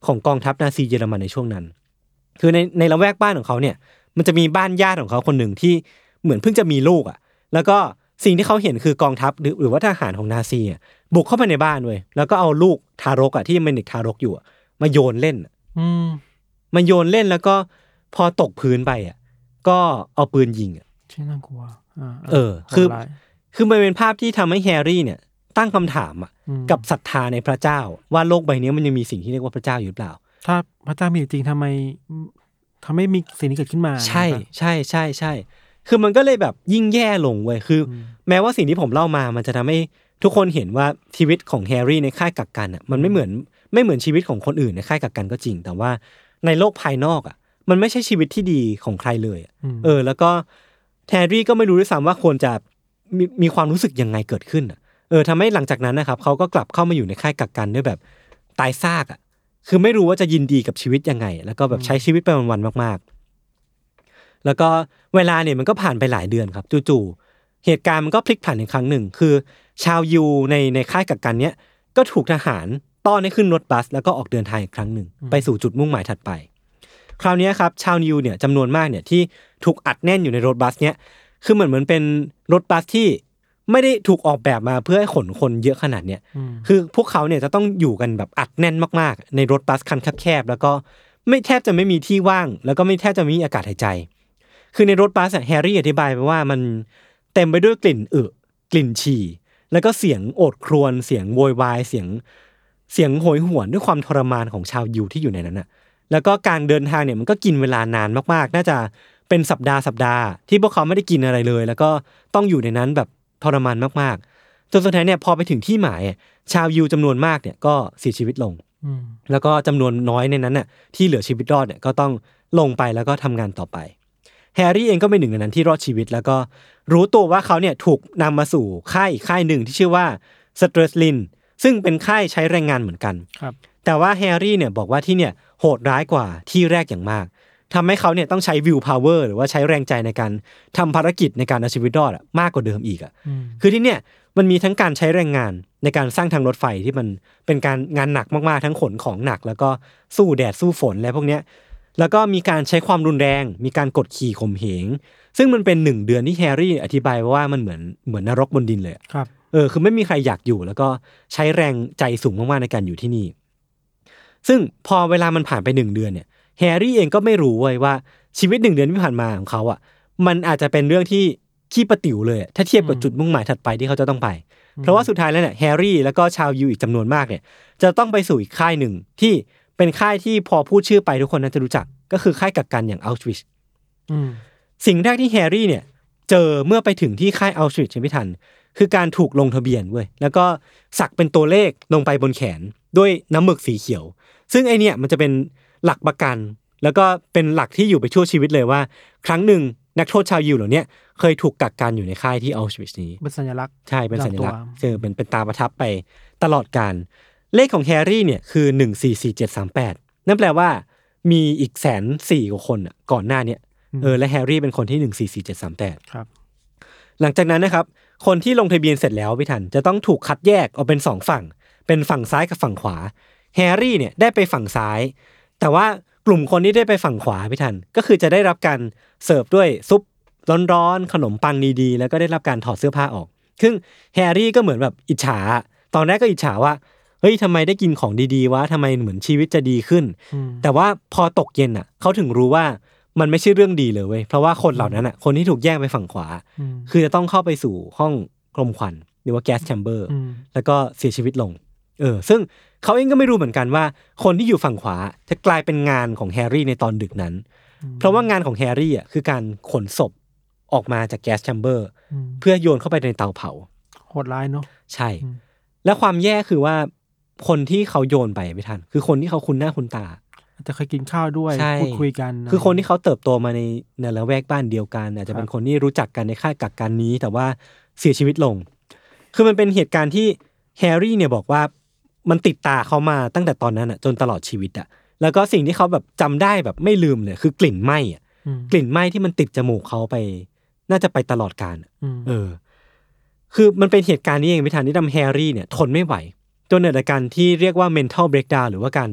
ของกองทัพนาซีเยอรมันในช่วงนั้นคือในในละแวกบ้านของเขาเนี่ยมันจะมีบ้านญาติของเขาคนหนึ่งที่เหมือนเพิ่งจะมีลูกอ่ะแล้วก็สิ่งที่เขาเห็นคือกองทัพหรือหรือว่าทหารของนาซีอ่ะบุกเข้าไปในบ้านเว้ยแล้วก็เอาลูกทารกอ่ะที่เป็นเด็กทารกอยู่มาโยนเล่นอืมมาโยนเล่นแล้วก็พอตกพื้นไปอ่ะก็เอาปืนยิงอ่ะใช่น่ากลัวอ่าเออคือคือมันเป็นภาพที่ทำให้แฮร์รี่เนี่ยตั้งคำถามอ่ะกับศรัทธาในพระเจ้าว่าโลกใบนี้มันยังมีสิ่งที่เรียกว่าพระเจ้าอยู่หรือเปล่าถ้าพระเจ้ามีจริงทำไมทำให้มีสิ่งนี้เกิดขึ้นมาใช่ใช่ใช่ใช่คือมันก็เลยแบบยิ่งแย่ลงเว้ยคือแม้ว่าสิ่งที่ผมเล่ามามันจะทำให้ทุกคนเห็นว่าชีวิตของแฮร์รี่ในค่ายกักกันอ่ะมันไม่เหมือนไม่เหมือนชีวิตของคนอื่นในค่ายกักกันก็จริงแต่ว่าในโลกภายนอกอ่ะมันไม่ใช่ชีวิตที่ดีของใครเลยเออแล้วก็แฮร์รี่ก็ไม่รู้ด้วยซ้ำว่าควรจะมีมีความรู้สึกยังไงเกิดขึ้นอ่ะเออทำให้หลังจากนั้นนะครับเขาก็กลับเข้ามาอยู่ในค่ายกักกันด้วยแบบตายซากอ่ะคือไม่รู้ว่าจะยินดีกับชีวิตยังไงแล้วก็แบบใช้ชีวิตไปวันๆมากๆแล้วก็เวลาเนี่ยมันก็ผ่านไปหลายเดือนครับจู่ๆเหตุการณ์มันก็พลิกผันอีกครั้งหนึ่งคือชาวยูในในค่ายกักกันเนี้ยก็ถูกทหารต้อนให้ขึ้นรถบัสแล้วก็ออกเดินทางอีกครั้งหนึ่งไปสู่จุดมุ่งหมายถัดไปคราวนี้ครับชาวยูเนี่ยจำนวนมากเนี่ยที่ถูกอัดแน่นอยู่ในรถบัสเนี้ยคือเหมือนเหมือนเป็นรถบัสที่ไม่ได้ถูกออกแบบมาเพื่อให้ขนคนเยอะขนาดเนี้ยคือพวกเขาเนี่ยจะต้องอยู่กันแบบอัดแน่นมากๆในรถบัสคันแคบๆแล้วก็ไม่แทบจะไม่มีที่ว่างแล้วก็ไม่แทบจะมีอากาศหายใจคือในรถบัสแฮร์รี่อธิบายไปว่ามันเต็มไปด้วยกลิ่นอึกลิ่นฉี่แล้วก็เสียงโอดครวญเสียงโวยวายเสียงเสียงโหยหวนด้วยความทรมานของชาวยูที่อยู่ในนั้นน่ะแล้วก็การเดินทางเนี่ยมันก็กินเวลานานมากๆน่าจะเป็นสัปดาห์สัปดาห์ที่พวกเขาไม่ได้กินอะไรเลยแล้วก็ต้องอยู่ในนั้นแบบทรมานมากๆจนสุดท้ายเนี่ยพอไปถึงที่หมายชาวยูจำนวนมากเนี่ยก็เสียชีวิตลงแล้วก็จำนวนน้อยในนั้นน่ะที่เหลือชีวิตรอดเนี่ยก็ต้องลงไปแล้วก็ทำงานต่อไปแฮร์รี่เองก็เป็นหนึ่งในนั้นที่รอดชีวิตแล้วก็รู้ตัวว่าเขาเนี่ยถูกนำมาสู่ค่ายอีกค่ายหนึ่งที่ชื่อว่าสเตรสลินซึ่งเป็นค่ายใช้แรงงานเหมือนกันแต่ว่าแฮร์รี่เนี่ยบอกว่าที่เนี่ยโหดร้ายกว่าที่แรกอย่างมากทำให้เขาเนี่ยต้องใช้วิวพาวเวอร์หรือว่าใช้แรงใจในการทำภารกิจในการเอาชีวิตรอดมากกว่าเดิมอีกอ่ะคือที่เนี่ยมันมีทั้งการใช้แรงงานในการสร้างทางรถไฟที่มันเป็นการงานหนักมากๆทั้งขนของหนักแล้วก็สู้แดดสู้ฝนอะไรพวกเนี้ยแล้วก็มีการใช้ความรุนแรงมีการกดขี่ข่มเหงซึ่งมันเป็นหนึ่งเดือนที่แฮร์รี่อธิบายว่ามันเหมือนเหมือนนรกบนดินเลยครับเออคือไม่มีใครอยากอยู่แล้วก็ใช้แรงใจสูงมากๆในการอยู่ที่นี่ซึ่งพอเวลามันผ่านไปหนึ่งเดือนเนี่ยแฮร์รี่เองก็ไม่รู้เว้ยว่าชีวิตหนึ่งเดือนที่ผ่านมาของเขาอ่ะมันอาจจะเป็นเรื่องที่ขี้ประติ๋วเลยถ้าเทียบกับจุดมุ่งหมายถัดไปที่เขาจะต้องไปเพราะว่าสุดท้ายแล้วเนี่ยแฮร์รี่แล้วก็ชาวยูอีกจำนวนมากเนี่ยจะต้องไปสู่อีกค่ายหนึ่งที่เป็นค่ายที่พอพูดชื่อไปทุกคนน่าจะรู้จักก็คือค่ายกักกันอย่างอัลชวิชสิ่งแรกที่แฮร์รี่เนี่ยเจอเมื่อไปถึงที่ค่ายอัลชวิชไม่ทันคือการถูกลงทะเบียนเว้ยแล้วก็สักเป็นตัวเลขลงไปบนแขนด้วยน้ำหมึกสีเขียวซึ่งไอเนี่ยมันจะเป็นหลักประกันแล้วก็เป็นหลักที่อยู่ไปชั่วชีวิตเลยว่าครั้งหนึ่งนักโทษชาวยิวเหล่านี้เคยถูกกักกันอยู่ในค่ายที่อัลชวิชนี้เป็นสัญลักษณ์ใช่เป็นสัญลักษณ์คือเป็นเป็นตาประทับไปตลอดกาลเลขของแฮร์รี่เนี่ยคือหนึ่ง สี่ สี่ เจ็ด สาม แปดนั่นแปลว่ามีอีกแสนสี่กว่าคนอ่ะก่อนหน้านี้เออและแฮร์รี่เป็นคนที่หนึ่ง สี่ สี่ เจ็ด สาม แปดครับหลังจากนั้นนะครับคนที่ลงทะเบียนเสร็จแล้วพี่ทันจะต้องถูกคัดแยกออกเป็นสองฝั่งเป็นฝั่งซ้ายกับฝั่งขวาแฮร์รี่เนี่ยได้ไปฝั่งซ้ายแต่ว่ากลุ่มคนที่ได้ไปฝั่งขวาพี่ทันก็คือจะได้รับการเสิร์ฟด้วยซุปร้อนๆขนมปังดีๆแล้วก็ได้รับการถอดเสื้อผ้าออกซึ่งแฮร์รี่ก็เหมือนแบบอิจฉาตอนแรกก็อิจฉาว่าเฮ้ยทำไมได้กินของดีๆวะทำไมเหมือนชีวิตจะดีขึ้นแต่ว่าพอตกเย็นอ่ะเขาถึงรู้ว่ามันไม่ใช่เรื่องดีเลยเว้ยเพราะว่าคนเหล่านั้นอ่ะคนที่ถูกแยกไปฝั่งขวาคือจะต้องเข้าไปสู่ห้องกลมควันหรือว่าแก๊สแชมเบอร์แล้วก็เสียชีวิตลงเออซึ่งเขาเองก็ไม่รู้เหมือนกันว่าคนที่อยู่ฝั่งขวาจะกลายเป็นงานของแฮร์รี่ในตอนดึกนั้นเพราะว่างานของแฮร์รี่อ่ะคือการขนศพออกมาจากแก๊สแชมเบอร์เพื่อโยนเข้าไปในเตาเผาโหดร้ายเนาะใช่และความแย่คือว่าคนที่เขาโยนไปไม่ทันคือคนที่เขาคุ้นหน้าคุ้นตาจะเคยกินข้าวด้วยพูดคุยกันคือคนที่เขาเติบโตมาในในละแวกบ้านเดียวกันอาจจะเป็นคนที่รู้จักกันในค่ายกักกันนี้แต่ว่าเสียชีวิตลงคือมันเป็นเหตุการณ์ที่แฮร์รี่เนี่ยบอกว่ามันติดตาเขามาตั้งแต่ตอนนั้นอ่ะจนตลอดชีวิตอ่ะแล้วก็สิ่งที่เขาแบบจำได้แบบไม่ลืมเลยคือกลิ่นไหม้อ่ะกลิ่นไหม้ที่มันติดจมูกเขาไปน่าจะไปตลอดกาลเออคือมันเป็นเหตุการณ์นี้เองพิธานที่ทำแฮร์รี่เนี่ยทนไม่ไหวจนเกิดอาการที่เรียกว่า mental breakdown หรือว่าการแบบ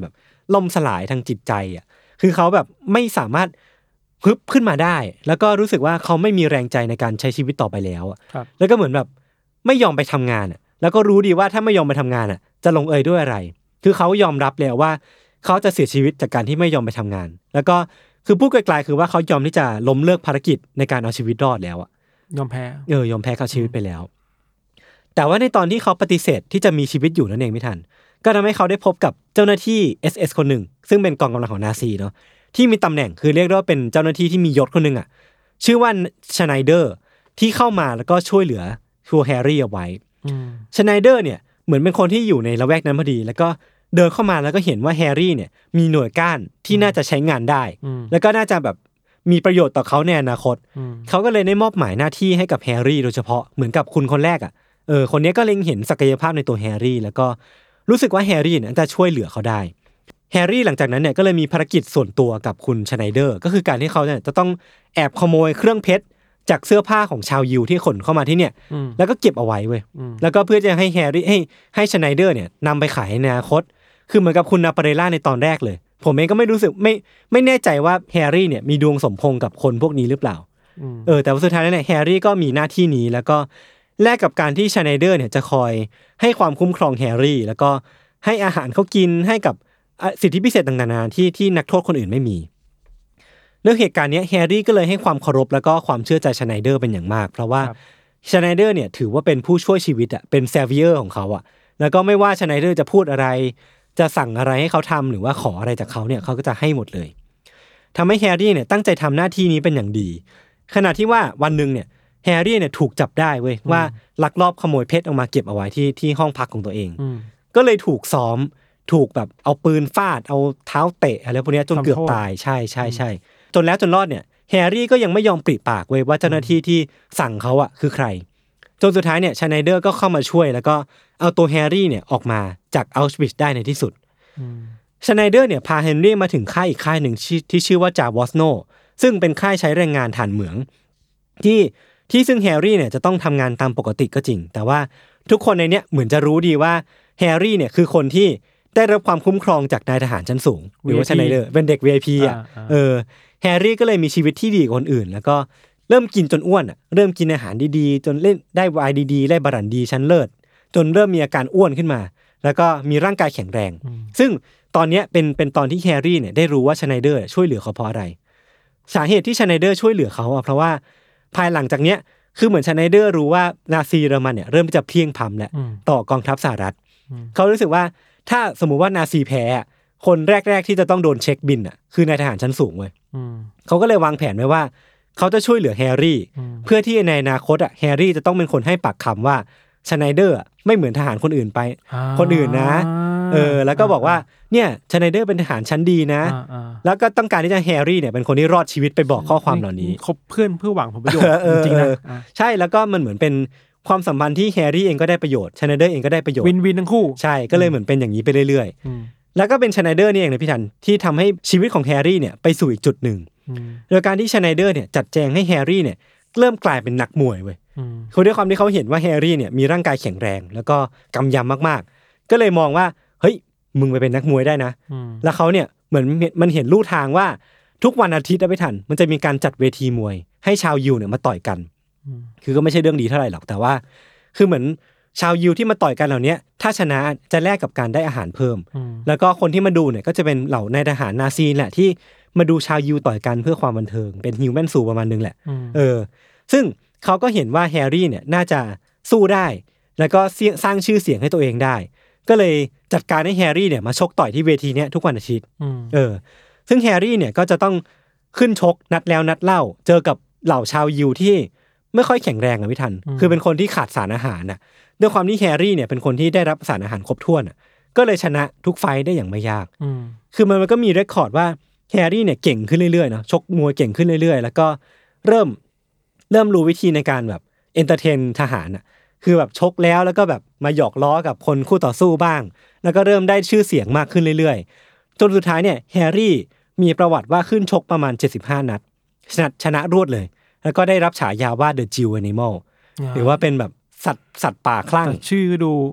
ล่มสลายทางจิตใจอ่ะคือเขาแบบไม่สามารถฮึบขึ้นมาได้แล้วก็รู้สึกว่าเขาไม่มีแรงใจในการใช้ชีวิตต่อไปแล้วอ่ะแล้วก็เหมือนแบบไม่ยอมไปทำงานอ่ะแล้วก็รู้ดีว่าถ้าไม่ยอมไปทำงานอ่ะจะลงเอยด้วยอะไรคือเขายอมรับแล้วว่าเขาจะเสียชีวิตจากการที่ไม่ยอมไปทำงานแล้วก็คือพูดไกลๆคือว่าเขายอมที่จะล้มเลิกภารกิจในการเอาชีวิตรอดแล้วอ่ะยอมแพ้เออยอมแพ้กับชีวิตไปแล้วแต่ว่าในตอนที่เขาปฏิเสธที่จะมีชีวิตอยู่นั่นเองไม่ทันก็ทำให้เขาได้พบกับเจ้าหน้าที่ เอส เอส คนหนึ่งซึ่งเป็นกองกำลังของนาซีเนาะที่มีตำแหน่งคือเรียกได้ว่าเป็นเจ้าหน้าที่ที่มียศคนหนึ่งอ่ะชื่อว่าชไนเดอร์ที่เข้ามาแล้วก็ช่วยเหลือครูแฮร์รี่เอาไว้ชไนเดอร์เนี่ยเหมือนเป็นคนที่อยู่ในละแวกนั้นพอดีแล้วก็เดินเข้ามาแล้วก็เห็นว่าแฮร์รี่เนี่ยมีหน่วยก้านที่น่าจะใช้งานได้แล้วก็น่าจะแบบมีประโยชน์ต่อเขาในอนาคตเขาก็เลยได้มอบหมายหน้าที่ให้กับแฮร์รี่โดยเฉพาะเหมือนกับคุณคนแรกอ่ะเออคนนี้ก็เล็งเห็นศักยภาพในตัวแฮร์รี่แล้วก็รู้สึกว่าแฮร์รี่เนี่ยจะช่วยเหลือเขาได้แฮร์รี่หลังจากนั้นเนี่ยก็เลยมีภารกิจส่วนตัวกับคุณชไนเดอร์ก็คือการที่เขาเนี่ยจะต้องแอบขโมยเครื่องเพชรจากเสื้อผ้าของชาวยิวที่ขนเข้ามาที่เนี่ยแล้วก็เก็บเอาไว้เว้ยแล้วก็เพื่อจะให้แฮร์รี่ให้ให้ชไนเดอร์เนี่ยนำไปขายในอนาคตคือเหมือนกับคุณนาปาเรล่าในตอนแรกเลยผมเองก็ไม่รู้สึกไม่ไม่แน่ใจว่าแฮร์รี่เนี่ยมีดวงสมพงษ์กับคนพวกนี้หรือเปล่าเออแต่ว่าสุดท้ายแล้วเนี่ยแฮร์รี่ก็มีหน้าที่นี้แล้วก็แลกกับการที่ชไนเดอร์เนี่ยจะคอยให้ความคุ้มครองแฮร์รี่แล้วก็ให้อาหารเขากินให้กับสิทธิพิเศษต่างๆที่ที่นักโทษคนอื่นไม่มีเรื่องเหตุการณ์นี้แฮร์รี่ก็เลยให้ความเคารพแล้วก็ความเชื่อใจชไนเดอร์เป็นอย่างมากเพราะว่าชไนเดอร์เนี่ยถือว่าเป็นผู้ช่วยชีวิตอ่ะเป็นเซเวียร์ของเขาอ่ะแล้วก็ไม่ว่าชไนเดอร์จะพูดอะไรจะสั่งอะไรให้เขาทำหรือว่าขออะไรจากเขาเนี่ยเขาก็จะให้หมดเลยทำให้แฮร์รี่เนี่ยตั้งใจทำหน้าที่นี้เป็นอย่างดีขณะที่ว่าวันนึงเนี่ยแฮร์รี่เนี่ยถูกจับได้เว้ยว่าลักลอบขโมยเพชรออกมาเก็บเอาไว้ที่ที่ห้องพักของตัวเองก็เลยถูกซ้อมถูกแบบเอาปืนฟาดเอาเท้าเตะอะไรพวกนี้จนเกือบตายใช่ใช่ใช่จนแล้วจนรอดเนี่ยแฮร์รี่ก็ยังไม่ยอมปริปากเว้ยว่าเจ้าหน้าที่ที่สั่งเขาอะคือใครจนสุดท้ายเนี่ยชไนเดอร์ก็เข้ามาช่วยแล้วก็เอาตัวแฮร์รี่เนี่ยออกมาจากอัลชวิทได้ในที่สุดชไนเดอร์เนี่ยพาเฮนรี่มาถึงค่ายอีกค่ายหนึ่งที่ชื่อว่าจาวอสโนซึ่งเป็นค่ายใช้แรงงานถ่านเหมืองที่ที่ซึ่งแฮร์รี่เนี่ยจะต้องทำงานตามปกติก็จริงแต่ว่าทุกคนในเนี้ยเหมือนจะรู้ดีว่าแฮร์รี่เนี่ยคือคนที่ได้รับความคุ้มครองจากนายทหารชั้นสูงหรือว่าชไนเดอร์เป็นเด็ก วี ไอ พี อ่ะเออแฮร์รี่ก็เลยมีชีวิตที่ดีกว่าคนอื่นแล้วก็เริ่มกินจนอ้วนอ่ะเริ่มกินอาหารดีๆจนเล่นได้ไวน์ดีๆได้บรันดีชั้นเลิศจนเริ่มมีอาการอ้วนขึ้นมาแล้วก็มีร่างกายแข็งแรงซึ่งตอนนี้เป็นเป็นตอนที่แฮร์รี่เนี่ยได้รู้ว่าชไนเดอร์ช่วยเหลือเขาเพราะอะไรสาเหตุที่ชไนเดอร์ช่วยเหลือเขาอ่ะเพราะว่าภายหลังจากเนี้ยคือเหมือนชไนเดอร์รู้ว่านาซีเยอรมันเนี่ยเริ่มจะเพลียงพล้ำแล้วต่อกองทัพสหรัฐเขารู้สึกว่าถ้าสมมุติว่านาซีแพ้คนแรกๆที่จะต้องโดนเช็คบินอ่ะคือนายทหารชั้นสูงเว้ยเขาก็เลยวางแผนไว้ว่าเขาจะช่วยเหลือแฮร์รี่เพื่อที่ในอนาคตอ่ะแฮร์รี่จะต้องเป็นคนให้ปากคำว่าชไนเดอร์ไม่เหมือนทหารคนอื่นไปคนอื่นนะเออแล้วก็บอกว่าเนี่ยชไนเดอร์เป็นทหารชั้นดีนะแล้วก็ต้องการที่จะแฮร์รี่เนี่ยเป็นคนที่รอดชีวิตไปบอกข้อความเหล่านี้คบเพื่อนเพื่อหวังผลประโยชน์จริงๆนะใช่แล้วก็มันเหมือนเป็นความสัมพันธ์ที่แฮร์รี่เองก็ได้ประโยชน์ชไนเดอร์เองก็ได้ประโยชน์วินวินทั้งคู่ใช่ก็เลยเหมือนเป็นอย่างนี้ไปเรื่อยๆแล้วก็เป็นชไนเดอร์นี่เองนะพี่ทันที่ทำให้ชีวิตของแฮร์รี่เนี่ยไปสู่อีกจุดหนึ่งโดยการที่ชไนเดอร์เนี่ยจัดแจงให้แฮร์รี่เนี่ยเริ่มกลายเป็นนักมวยเว้ยคือด้วยความที่เขาเห็นว่าแฮร์รี่เนี่ยมีร่างกายแข็งแรงแล้วก็กำยำมากๆก็เลยมองว่าเฮ้ยมึงไปเป็นนักมวยได้นะแล้วเขาเนี่ยเหมือนมันเห็นลู่ทางว่าทุกวันอาทิตย์ไม่ทันมันจะมีการจัดเวทีมวยให้ชาวยิวเนี่ยมาต่อยกันคือก็ไม่ใช่เรื่องดีเท่าไหร่หรอกแต่ว่าคือเหมือนชาวยิวที่มาต่อยกันเหล่านี้ถ้าชนะจะแลกกับการได้อาหารเพิ่มแล้วก็คนที่มาดูเนี่ยก็จะเป็นเหล่านายทหารนาซีแหละที่มาดูชาวยิวต่อยกันเพื่อความบันเทิงเป็นฮิวแมนซูประมาณนึงแหละเออซึ่งเขาก็เห็นว่าแฮร์รี่เนี่ยน่าจะสู้ได้แล้วก็สร้างชื่อเสียงให้ตัวเองได้ก็เลยจัดการให้แฮร์รี่เนี่ยมาชกต่อยที่เวทีเนี้ยทุกวันอาทิตย์เออซึ่งแฮร์รี่เนี่ยก็จะต้องขึ้นชกนัดแล้วนัดเล่าเจอกับเหล่าชาวยิวที่ไม่ค่อยแข็งแรงอ่ะพี่ทันคือเป็นคนที่ขาดสารอาหารน่ะด้วยความที่แฮร์รี่เนี่ยเป็นคนที่ได้รับสารอาหารครบถ้วนอ่ะก็เลยชนะทุกไฟต์ได้อย่างไม่ยากคือมันก็มีเรคคอร์ดว่าแฮร์รี่เนี่ยเก่งขึ้นเรื่อยๆเนาะชกมวยเก่งขึ้นเรื่อยๆแล้วก็เริ่มเริ่มรู้วิธีในการแบบเอนเตอร์เทนทหารอ่ะคือแบบชกแล้วแล้วก็แบบมาหยอกล้อกับคนคู่ต่อสู้บ้างแล้วก็เริ่มได้ชื่อเสียงมากขึ้นเรื่อยๆจนสุดท้ายเนี่ยแฮร์รี่มีประวัติว่าขึ้นชกประมาณเจ็ดสิบห้านัดชนะชนะรวดเลยแล้วก็ได้รับฉายาว่า The Jill Animal หรือว่าเป็นแบบสัตว์สัตว์ป่าคลั่งชื่อดู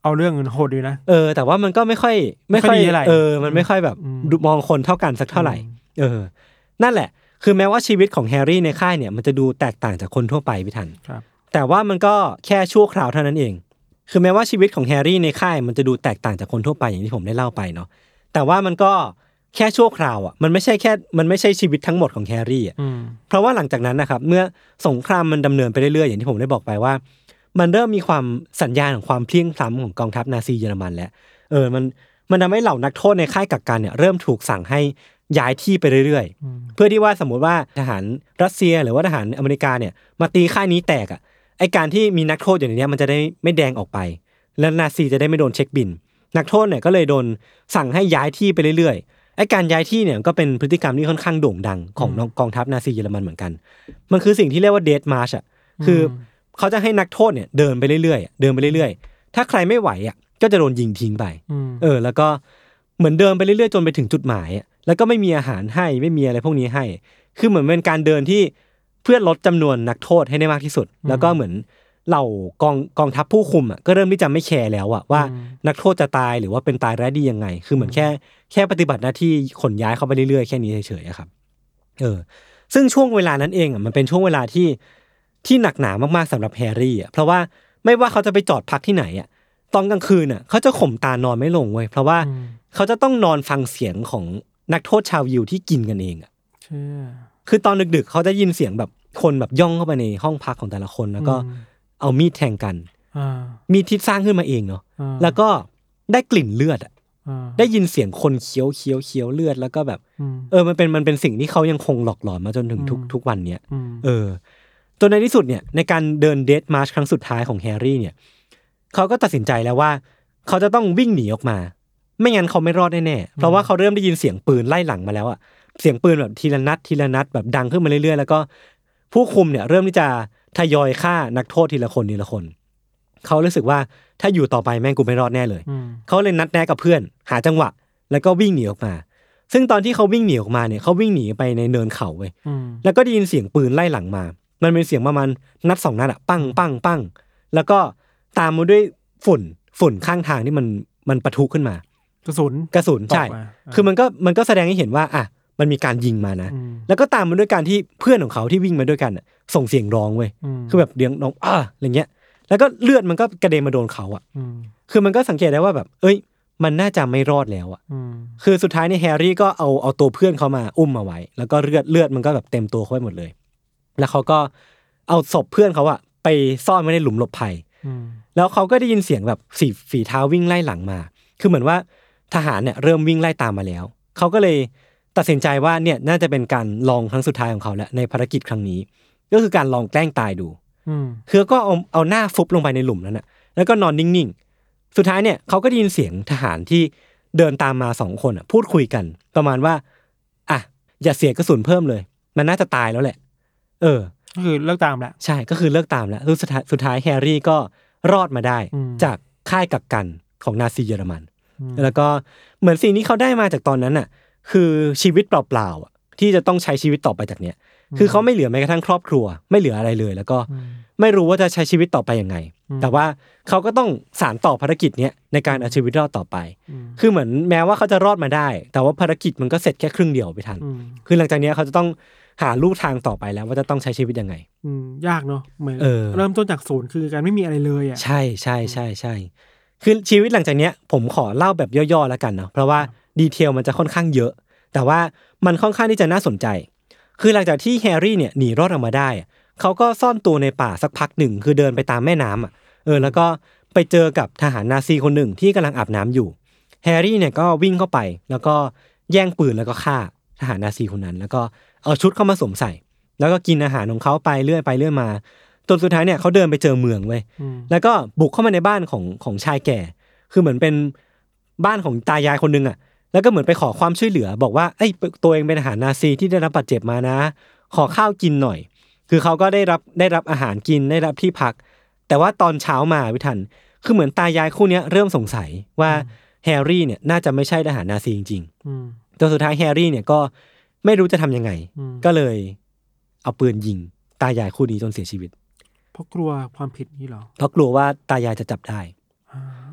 เอาเรื่องโหดดีนะเออแต่ว่ามันก็ไม่ค่อยไม่ค่อยเออมันไม่ค่อยแบบมองคนเท่ากันสักเท่าไหร่เออนั่นแหละคือแม้ว่าชีวิตของแฮร์รี่ในค่ายเนี่ยมันจะดูแตกต่างจากคนทั่วไปพี่ทันแต่ว่ามันก็แค่ชั่วคราวเท่านั้นเองคือแม้ว่าชีวิตของแฮร์รี่ในค่ายมันจะดูแตกต่างจากคนทั่วไปอย่างที่ผมได้เล่าไปเนาะแต่ว่ามันก็แค่ชั่วคราวอ่ะมันไม่ใช่แค่มันไม่ใช่ชีวิตทั้งหมดของแฮร์รี่อ่ะเพราะว่าหลังจากนั้นนะครับเมื่อสงครามมันดำเนินไปเรื่อยๆอย่างที่ผมได้บอกไปว่ามันเริ่มมีความสัญญาณของความเพลียงพล้ำของกองทัพนาซีเยอรมันแล้วเออมันมันทำให้เหล่านักโทษในค่ายกักกันเนี่ยเริ่มถูกสั่งให้ย้ายที่ไปเรื่อยๆเพื่อที่ว่าสมมติว่าทหารรัสเซียหรือว่าทหารอเมริกาเนี่ยมาตีค่ายนี้แตกอ่ะไอการที่มีนักโทษอยู่ในนี้มันจะได้ไม่แดงออกไปและนาซีจะได้ไม่โดนเช็คบินนักโทษเนี่ยก็เลยโดนสั่งให้ย้ายที่ไปเรื่อยๆไอ้การย้ายที่เนี่ยก็เป็นพฤติกรรมที่ค่อนข้างโด่งดังของกองทัพนาซีเยอรมันเหมือนกันมันคือสิ่งที่เรียกว่าเดธมาร์ชอ่ะคือเขาจะให้นักโทษเนี่ยเดินไปเรื่อยๆเดินไปเรื่อยๆถ้าใครไม่ไหวอ่ะก็จะโดนยิงทิ้งไปเออแล้วก็เหมือนเดินไปเรื่อยๆจนไปถึงจุดหมายอ่ะแล้วก็ไม่มีอาหารให้ไม่มีอะไรพวกนี้ให้คือเหมือนเป็นการเดินที่เพื่อลดจำนวนนักโทษให้ได้มากที่สุดแล้วก็เหมือนเหล่ากองกองทัพผู้คุมอ่ะก็เริ่มที่จะไม่แคร์แล้วอ่ะว่านักโทษจะตายหรือว่าเป็นตายร้ายดียังไงคือเหมือนแค่แค่ปฏิบัติหน้าที่ขนย้ายเขาไปเรื่อยๆแค่นี้เฉยๆครับเออซึ่งช่วงเวลานั้นเองอ่ะมันเป็นช่วงเวลาที่ที่หนักหนามากๆสำหรับแฮร์รี่อ่ะเพราะว่าไม่ว่าเขาจะไปจอดพักที่ไหนอ่ะตอนกลางคืนอ่ะเขาจะข่มตานอนไม่ลงเว้ยเพราะว่าเขาจะต้องนอนฟังเสียงของนักโทษชาวยิวที่กินกันเองอ่ะคือตอนดึกๆเขาจะยินเสียงแบบคนแบบย่องเข้าไปในห้องพักของแต่ละคนแล้วก็เอามีดแทงกันมีดที่สร้างขึ้นมาเองเนาะแล้วก็ได้กลิ่นเลือดอ่ะได้ยินเสียงคนเคี้ยวเคี้ยวเคี้ยวเลือดแล้วก็แบบเออมันเป็นมันเป็นสิ่งที่เขายังคงหลอกหลอนมาจนถึงทุกทุกวันเนี้ยเออจนในที่สุดเนี่ยในการเดินเดธมาร์ชครั้งสุดท้ายของแฮร์รี่เนี่ยเขาก็ตัดสินใจแล้วว่าเขาจะต้องวิ่งหนีออกมาไม่งั้นเขาไม่รอดแน่ๆเพราะว่าเขาเริ่มได้ยินเสียงปืนไล่หลังมาแล้วอ่ะเสียงปืนแบบทีละนัดทีละนัดแบบดังขึ้นมาเรื่อยๆแล้วก็ผู้คุมเนี่ยเริ่มที่จะทยอยฆ่านักโทษทีละคนทีละคนเขารู้สึกว่าถ้าอยู่ต่อไปแม่งกูไม่รอดแน่เลยเขาเลยนัดแนะกับเพื่อนหาจังหวะแล้วก็วิ่งหนีออกมาซึ่งตอนที่เขาวิ่งหนีออกมาเนี่ยเขาวิ่งหนีไปในเนินเขาเว้ยแล้วก็ได้ยินเสียงปืนไล่หลังมามันเป็นเสียงประมาณนัดสองนัดอะปังปังปังแล้วก็ตามมาด้วยฝุ่นฝุ่นข้างทางที่มันมันปะทุขึ้นมากระสุนกระสุนใช่คือมันก็มันก็แสดงให้เห็นว่าอ่ะมันมีการยิงมานะแล้วก็ตามมาด้วยการที่เพื่อนของเขาที่วิ่งมาด้วยกันส่งเสียงร้องเว้ยคือแบบเสียงร้องอ่ะอะไรเงี้ยแล้วก็เลือดมันก็กระเด็นมาโดนเขาอ่ะคือมันก็สังเกตได้ว่าแบบเอ้ยมันน่าจะไม่รอดแล้วอ่ะคือสุดท้ายเนี่ยแฮร์รี่ก็เอาเอาตัวเพื่อนเขามาอุ้มมาไว้แล้วก็เลือดเลือดมันก็แบบเต็มตัวเขาไปหมดเลยแล้วเขาก็เอาศพเพื่อนเขาอ่ะไปซ่อนไว้ในหลุมหลบภัยแล้วเขาก็ได้ยินเสียงแบบฝีฝีเท้าวิ่งไล่หลังมาคือเหมือนว่าทหารเนี่ยเริ่มวิ่งไล่ตามมาแล้วเขาก็เลยตัดสินใจว่าเนี่ยน่าจะเป็นการลองครั้งสุดท้ายของเขาแล้วในภารกิจครั้งนี้ก็คือการลองแกล้งตายดูคือก็เอาเอาหน้าฟุบลงไปในหลุมนั้นน่ะแล้วก็นอนนิ่งๆสุดท้ายเนี่ยเขาก็ได้ยินเสียงทหารที่เดินตามมาสองคนอ่ะพูดคุยกันประมาณว่าอ่ะอย่าเสียกระสุนเพิ่มเลยมันน่าจะตายแล้วแหละเออก็คือเลิกตามแล้วใช่ก็คือเลิกตามแล้วสุดท้ายสุดท้ายแฮร์รี่ก็รอดมาได้จากค่ายกักกันของนาซีเยอรมันแล้วก็เหมือนสิ่งที่เขาได้มาจากตอนนั้นน่ะคือชีวิตเปล่าๆอ่ะที่จะต้องใช้ชีวิตต่อไปจากเนี้ยคือเขาไม่เหลือแม้กระทั่งครอบครัวไม่เหลืออะไรเลยแล้วก็ไม่รู้ว่าจะใช้ชีวิตต่อไปยังไงแต่ว่าเขาก็ต้องสานต่อภารกิจเนี้ยในการเอาชีวิตรอดต่อไปคือเหมือนแม้ว่าเขาจะรอดมาได้แต่ว่าภารกิจมันก็เสร็จแค่ครึ่งเดียวไปทันคือหลังจากนี้เขาจะต้องหาลู่ทางต่อไปแล้วว่าจะต้องใช้ชีวิตยังไงยากเนาะเหมือนเริ่มต้นจากศูนย์คือการไม่มีอะไรเลยอ่ะใช่ใช่ใช่ใช่คือชีวิตหลังจากนี้ผมขอเล่าแบบย่อๆแล้วกันเนาะเพราะว่าดีเทลมันจะค่อนข้างเยอะแต่ว่ามันค่อนข้างที่จะน่าสนใจคือหลังจากที่แฮร์รี่เนี่ยหนีรอดออกมาได้เขาก็ซ่อนตัวในป่าสักพักหนึ่งคือเดินไปตามแม่น้ำอ่ะเออแล้วก็ไปเจอกับทหารนาซีคนหนึ่งที่กำลังอาบน้ำอยู่แฮร์รี่เนี่ยก็วิ่งเข้าไปแล้วก็แย่งปืนแล้วก็ฆ่าทหารนาซีคนนั้นแล้วก็เอาชุดเข้ามาสวมใส่แล้วก็กินอาหารของเขาไปเรื่อยไปเรื่อยมาจนสุดท้ายเนี่ยเขาเดินไปเจอเมืองเว้ยแล้วก็บุกเข้ามาในบ้านของของชายแก่คือเหมือนเป็นบ้านของตายายคนนึงอ่ะแล้วก็เหมือนไปขอความช่วยเหลือบอกว่าไอ้ตัวเองเป็นทหารนาซีที่ได้รับบาดเจ็บมานะขอข้าวกินหน่อยคือเขาก็ได้รับได้รับอาหารกินได้รับที่พักแต่ว่าตอนเช้ามาวิทันคือเหมือนตายายคู่นี้เริ่มสงสัยว่าแฮร์รี่เนี่ยน่าจะไม่ใช่ทหารนาซีจริงๆจนสุดท้ายแฮร์รี่เนี่ยก็ไม่รู้จะทำยังไงก็เลยเอาปืนยิงตายายคู่นี้จนเสียชีวิตเพราะกลัวความผิดนี่หรอเพราะกลัวว่าตายายจะจับได้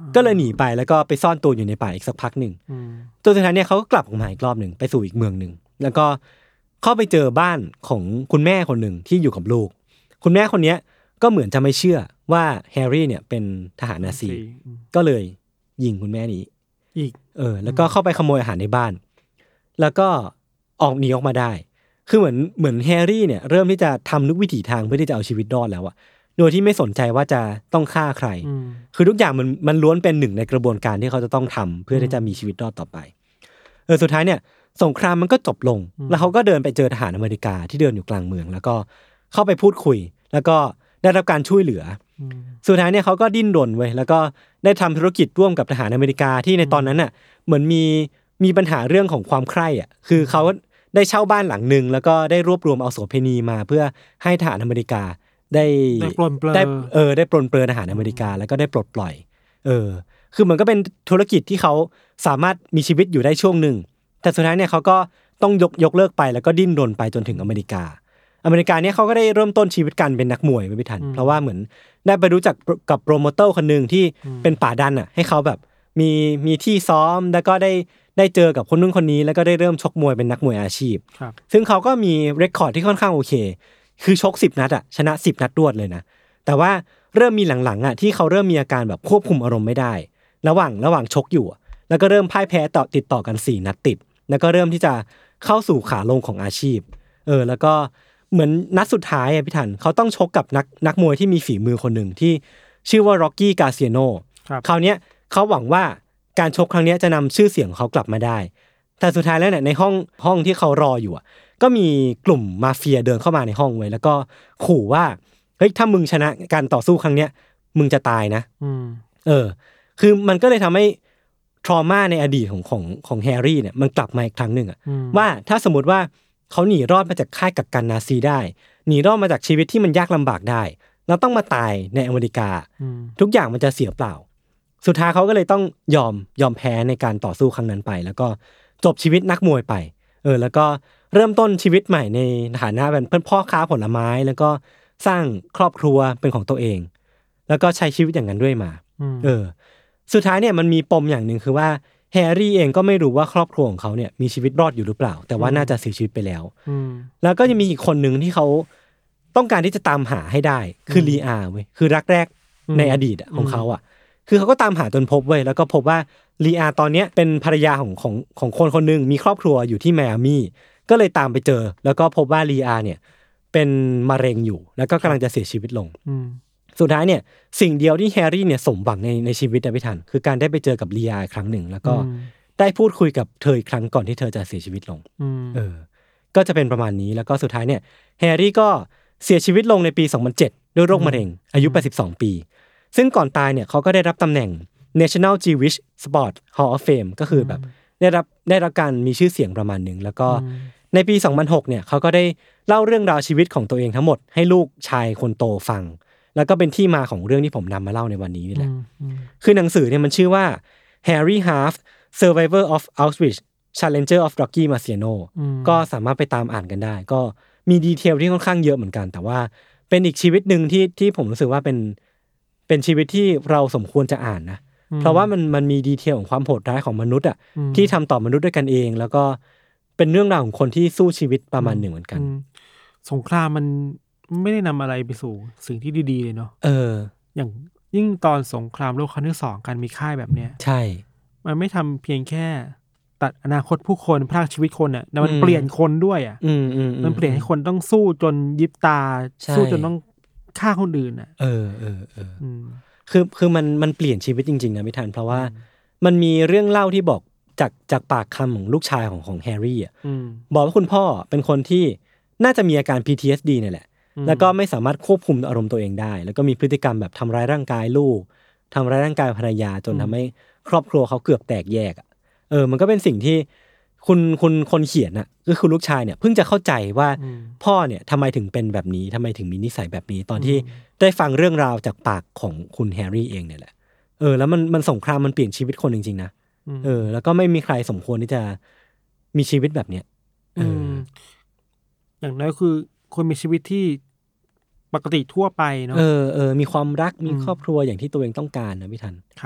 ก็เลยหนีไปแล้วก็ไปซ่อนตัวอยู่ในป่าอีกสักพักหนึ่งจนสุดท้ายเนี่ยเขาก็กลับออกมาอีกรอบหนึ่งไปสู่อีกเมืองหนึ่งแล้วก็เข้าไปเจอบ้านของคุณแม่คนหนึ่งที่อยู่กับลูกคุณแม่คนนี้ก็เหมือนจะไม่เชื่อว่าแฮร์รี่เนี่ยเป็นทหารนาซีก็เลยยิงคุณแม่นี้อีกเออแล้วก็เข้าไปขโมยอาหารในบ้านแล้วก็ออกหนีออกมาได้คือเหมือนเหมือนแฮร์รี่เนี่ยเริ่มที่จะทำทุกวิถีทางเพื่อที่จะเอาชีวิตรอดแล้วอะโดยที่ไม่สนใจว่าจะต้องฆ่าใครคือทุกอย่างมันมันล้วนเป็นหนึ่งในกระบวนการที่เขาจะต้องทำเพื่อที่จะมีชีวิตรอดต่อไปเออสุดท้ายเนี่ยสงครามมันก็จบลงแล้วเขาก็เดินไปเจอทหารอเมริกาที่เดินอยู่กลางเมืองแล้วก็เข้าไปพูดคุยแล้วก็ได้รับการช่วยเหลือสุดท้ายเนี่ยเขาก็ดิ้นรนเว้ยแล้วก็ได้ทำธุรกิจร่วมกับทหารอเมริกาที่ในตอนนั้นน่ะเหมือนมีมีปัญหาเรื่องของความใคร่อ่ะคือเขาได้เช่าบ้านหลังนึงแล้วก็ได้รวบรวมเอาโสเภณีมาเพื่อให้ทหารอเมริกาได้ได้ปลนเปลือได้เออได้ปลนเปลือทหารอเมริกาแล้วก็ได้ปลดปล่อยเออคือมันก็เป็นธุรกิจที่เขาสามารถมีชีวิตอยู่ได้ช่วงนึงแต่สุดท้ายเนี่ยเขาก็ต้องยกยกเลิกไปแล้วก็ดิ้นรนไปจนถึงอเมริกาอเมริกาเนี่ยเขาก็ได้เริ่มต้นชีวิตกันเป็นนักมวยไม่ทันเพราะว่าเหมือนได้ไปรู้จักกับโปรโมเตอร์คนนึงที่เป็นป่าดันอ่ะให้เขาแบบมีมีที่ซ้อมแล้วก็ได้ได้เจอกับคนนู้นคนนี้แล้วก็ได้เริ่มชกมวยเป็นนักมวยอาชีพซึ่งเขาก็มีเรคคอร์ดที่ค่อนข้างโอเคคือชกสิบนัดอ่ะชนะสิบนัดรวดเลยนะแต่ว่าเริ่มมีหลังๆอ่ะที่เขาเริ่มมีอาการแบบควบคุมอารมณ์ไม่ได้ระหว่างระหว่างชกอยู่แล้วก็เริ่มพ่ายแพ้ต่อติดต่อกันสี่นัดติดแล้วก็เริ่มที่จะเข้าสู่ขาลงของอาชีพเออแล้วก็เหมือนนัดสุดท้ายอ่ะพี่ทันเขาต้องชกกับนักนักมวยที่มีฝีมือคนหนึ่งที่ชื่อว่าร็อกกี้กาเซียโนคราวเนี้ยเขาหวังว่าการชกครั้งนี้จะนำชื่อเสียงของเขากลับมาได้แต่สุดท้ายแล้วเนี่ยในห้องห้องที่เขารออยู่อ่ะก็มีกลุ่มมาเฟียเดินเข้ามาในห้องไว้แล้วก็ขู่ว่าเฮ้ยถ้ามึงชนะการต่อสู้ครั้งเนี้ยมึงจะตายนะเออคือมันก็เลยทำให้ทรมาในอดีตของของของแฮร์รี่เนี่ยมันกลับมาอีกครั้งหนึ่งอ่ะว่าถ้าสมมติว่าเขาหนีรอดมาจากค่ายกักกันนาซีได้หนีรอดมาจากชีวิตที่มันยากลำบากได้แล้วต้องมาตายในอเมริกาทุกอย่างมันจะเสียเปล่าสุดท้ายเขาก็เลยต้องยอมยอมแพ้ในการต่อสู้ครั้งนั้นไปแล้วก็จบชีวิตนักมวยไปเออแล้วก็เริ่มต้นชีวิตใหม่ในฐานะเป็นพ่อค้าผลไม้แล้วก็สร้างครอบครัวเป็นของตัวเองแล้วก็ใช้ชีวิตอย่างนั้นด้วยมาเออสุดท้ายเนี่ยมันมีปมอย่างหนึ่งคือว่าแฮร์รี่เองก็ไม่รู้ว่าครอบครัวของเขาเนี่ยมีชีวิตรอดอยู่หรือเปล่าแต่ว่าน่าจะเสียชีวิตไปแล้วแล้วก็จะมีอีกคนหนึ่งที่เขาต้องการที่จะตามหาให้ได้คือลีอาเว้ยคือรักแรกในอดีตของเขาอ่ะคือเขาก็ตามหาจนพบเว้ยแล้วก็พบว่าลีอาตอนนี้เป็นภรรยาของของของคนคนนึงมีครอบครัวอยู่ที่ไมอามี่ก็เลยตามไปเจอแล้วก็พบว่าลีอาเนี่ยเป็นมะเร็งอยู่แล้วก็กำลังจะเสียชีวิตลงสุดท้ายเนี่ยสิ่งเดียวที่แฮร์รี่เนี่ยสมหวังในในชีวิตนะพี่ทันคือการได้ไปเจอกับลีอาครั้งหนึ่งแล้วก็ได้พูดคุยกับเธออีกครั้งก่อนที่เธอจะเสียชีวิตลงเออก็จะเป็นประมาณนี้แล้วก็สุดท้ายเนี่ยแฮร์รี่ก็เสียชีวิตลงในปีสองพันเจ็ดด้วยโรคมะเร็งอายุแปดสิบสองปีซึ่งก่อนตายเนี่ยเขาก็ได้รับตำแหน่ง National Jewish Sport Hall of Fame ก็คือแบบได้รับได้รับการมีชื่อเสียงประมาณนึงแล้วก็ในปีสองพันหกเนี่ยเขาก็ได้เล่าเรื่องราวชีวิตของตัวเองทั้งหมดให้ลูกชายคนโตฟังแล้วก็เป็นที่มาของเรื่องที่ผมนำมาเล่าในวันนี้นี่แหละคือหนังสือเนี่ยมันชื่อว่า Harry Half Survivor of Auschwitz Challenger of Rocky Marciano ก็สามารถไปตามอ่านกันได้ก็มีดีเทลที่ค่อนข้างเยอะเหมือนกันแต่ว่าเป็นอีกชีวิตหนึ่งที่ที่ผมรู้สึกว่าเป็นเป็นชีวิตที่เราสมควรจะอ่านนะเพราะว่ามันมันมีดีเทลของความโหดร้ายของมนุษย์อ่ะที่ทำต่อมนุษย์ด้วยกันเองแล้วก็เป็นเรื่องราวของคนที่สู้ชีวิตประมาณหนึ่งเหมือนกันสงครามมันไม่ได้นำอะไรไปสู่สิ่งที่ดีๆเลยเนาะเอออย่างยิ่งตอนสงครามโลกครั้งที่สองการมีค่ายแบบเนี้ยใช่มันไม่ทำเพียงแค่ตัดอนาคตผู้คนพรากชีวิตคนอ่ะแต่มันเปลี่ยนคนด้วยอ่ะมันเปลี่ยนให้คนต้องสู้จนยิบตาสู้จนต้องฆ่าคนอื่นอ่ะเออเออเออคือคือมันมันเปลี่ยนชีวิตจริงๆนะพี่ทันเพราะว่ามันมีเรื่องเล่าที่บอกจากจากปากคำของลูกชายของของแฮร์รี่อ่ะบอกว่าคุณพ่อเป็นคนที่น่าจะมีอาการ พี ที เอส ดี เนี่ยแหละแล้วก็ไม่สามารถควบคุมอารมณ์ตัวเองได้แล้วก็มีพฤติกรรมแบบทำร้ายร่างกายลูกทำร้ายร่างกายภรรยาจนทำให้ครอบครัวเขาเกือบแตกแยกอ่ะเออมันก็เป็นสิ่งที่คุณคุณคนเขียนน่ะก็คือลูกชายเนี่ยเพิ่งจะเข้าใจว่าพ่อเนี่ยทำไมถึงเป็นแบบนี้ทำไมถึงมีนิสัยแบบนี้ตอนที่ได้ฟังเรื่องราวจากปากของคุณแฮร์รี่เองเนี่ยแหละเออแล้วมันมันสงครามมันเปลี่ยนชีวิตคนจริงๆนะเออแล้วก็ไม่มีใครสมควรที่จะมีชีวิตแบบเนี้ยเอออย่างน้อยคือคนมีชีวิตที่ปกติทั่วไปเนาะเออเออมีความรักมีครอบครัวอย่างที่ตัวเองต้องการนะพี่ทันครับเอ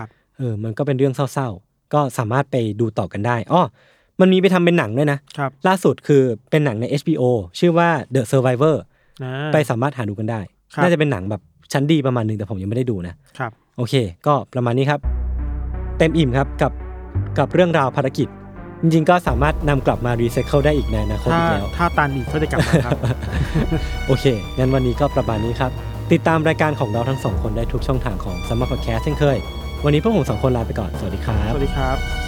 ออมันก็เป็นเรื่องเศร้าๆก็สามารถไปดูต่อกันได้อ้อมันมีไปทำเป็นหนังด้วยนะครับล่าสุดคือเป็นหนังใน เอช บี โอ ชื่อว่า The Survivor ไปสามารถหาดูกันได้น่าจะเป็นหนังแบบชั้นดีประมาณนึงแต่ผมยังไม่ได้ดูนะครับโอเคก็ประมาณนี้ครับเต็มอิ่มครับกับกับเรื่องราวภารกิจจริงๆก็สามารถนำกลับมารีไซเคิลได้อีกในอนาคตอีกแล้วถ้าตันอีกก็จะกลับมาครับโอเคงั้นวันนี้ก็ประมาณนี้ครับติดตามรายการของเราทั้งสองคนได้ทุกช่องทางของ Summer Podcast เช่นเคยวันนี้พวกผมสองคนลาไปก่อนสวัสดีครับสวัสดีครับ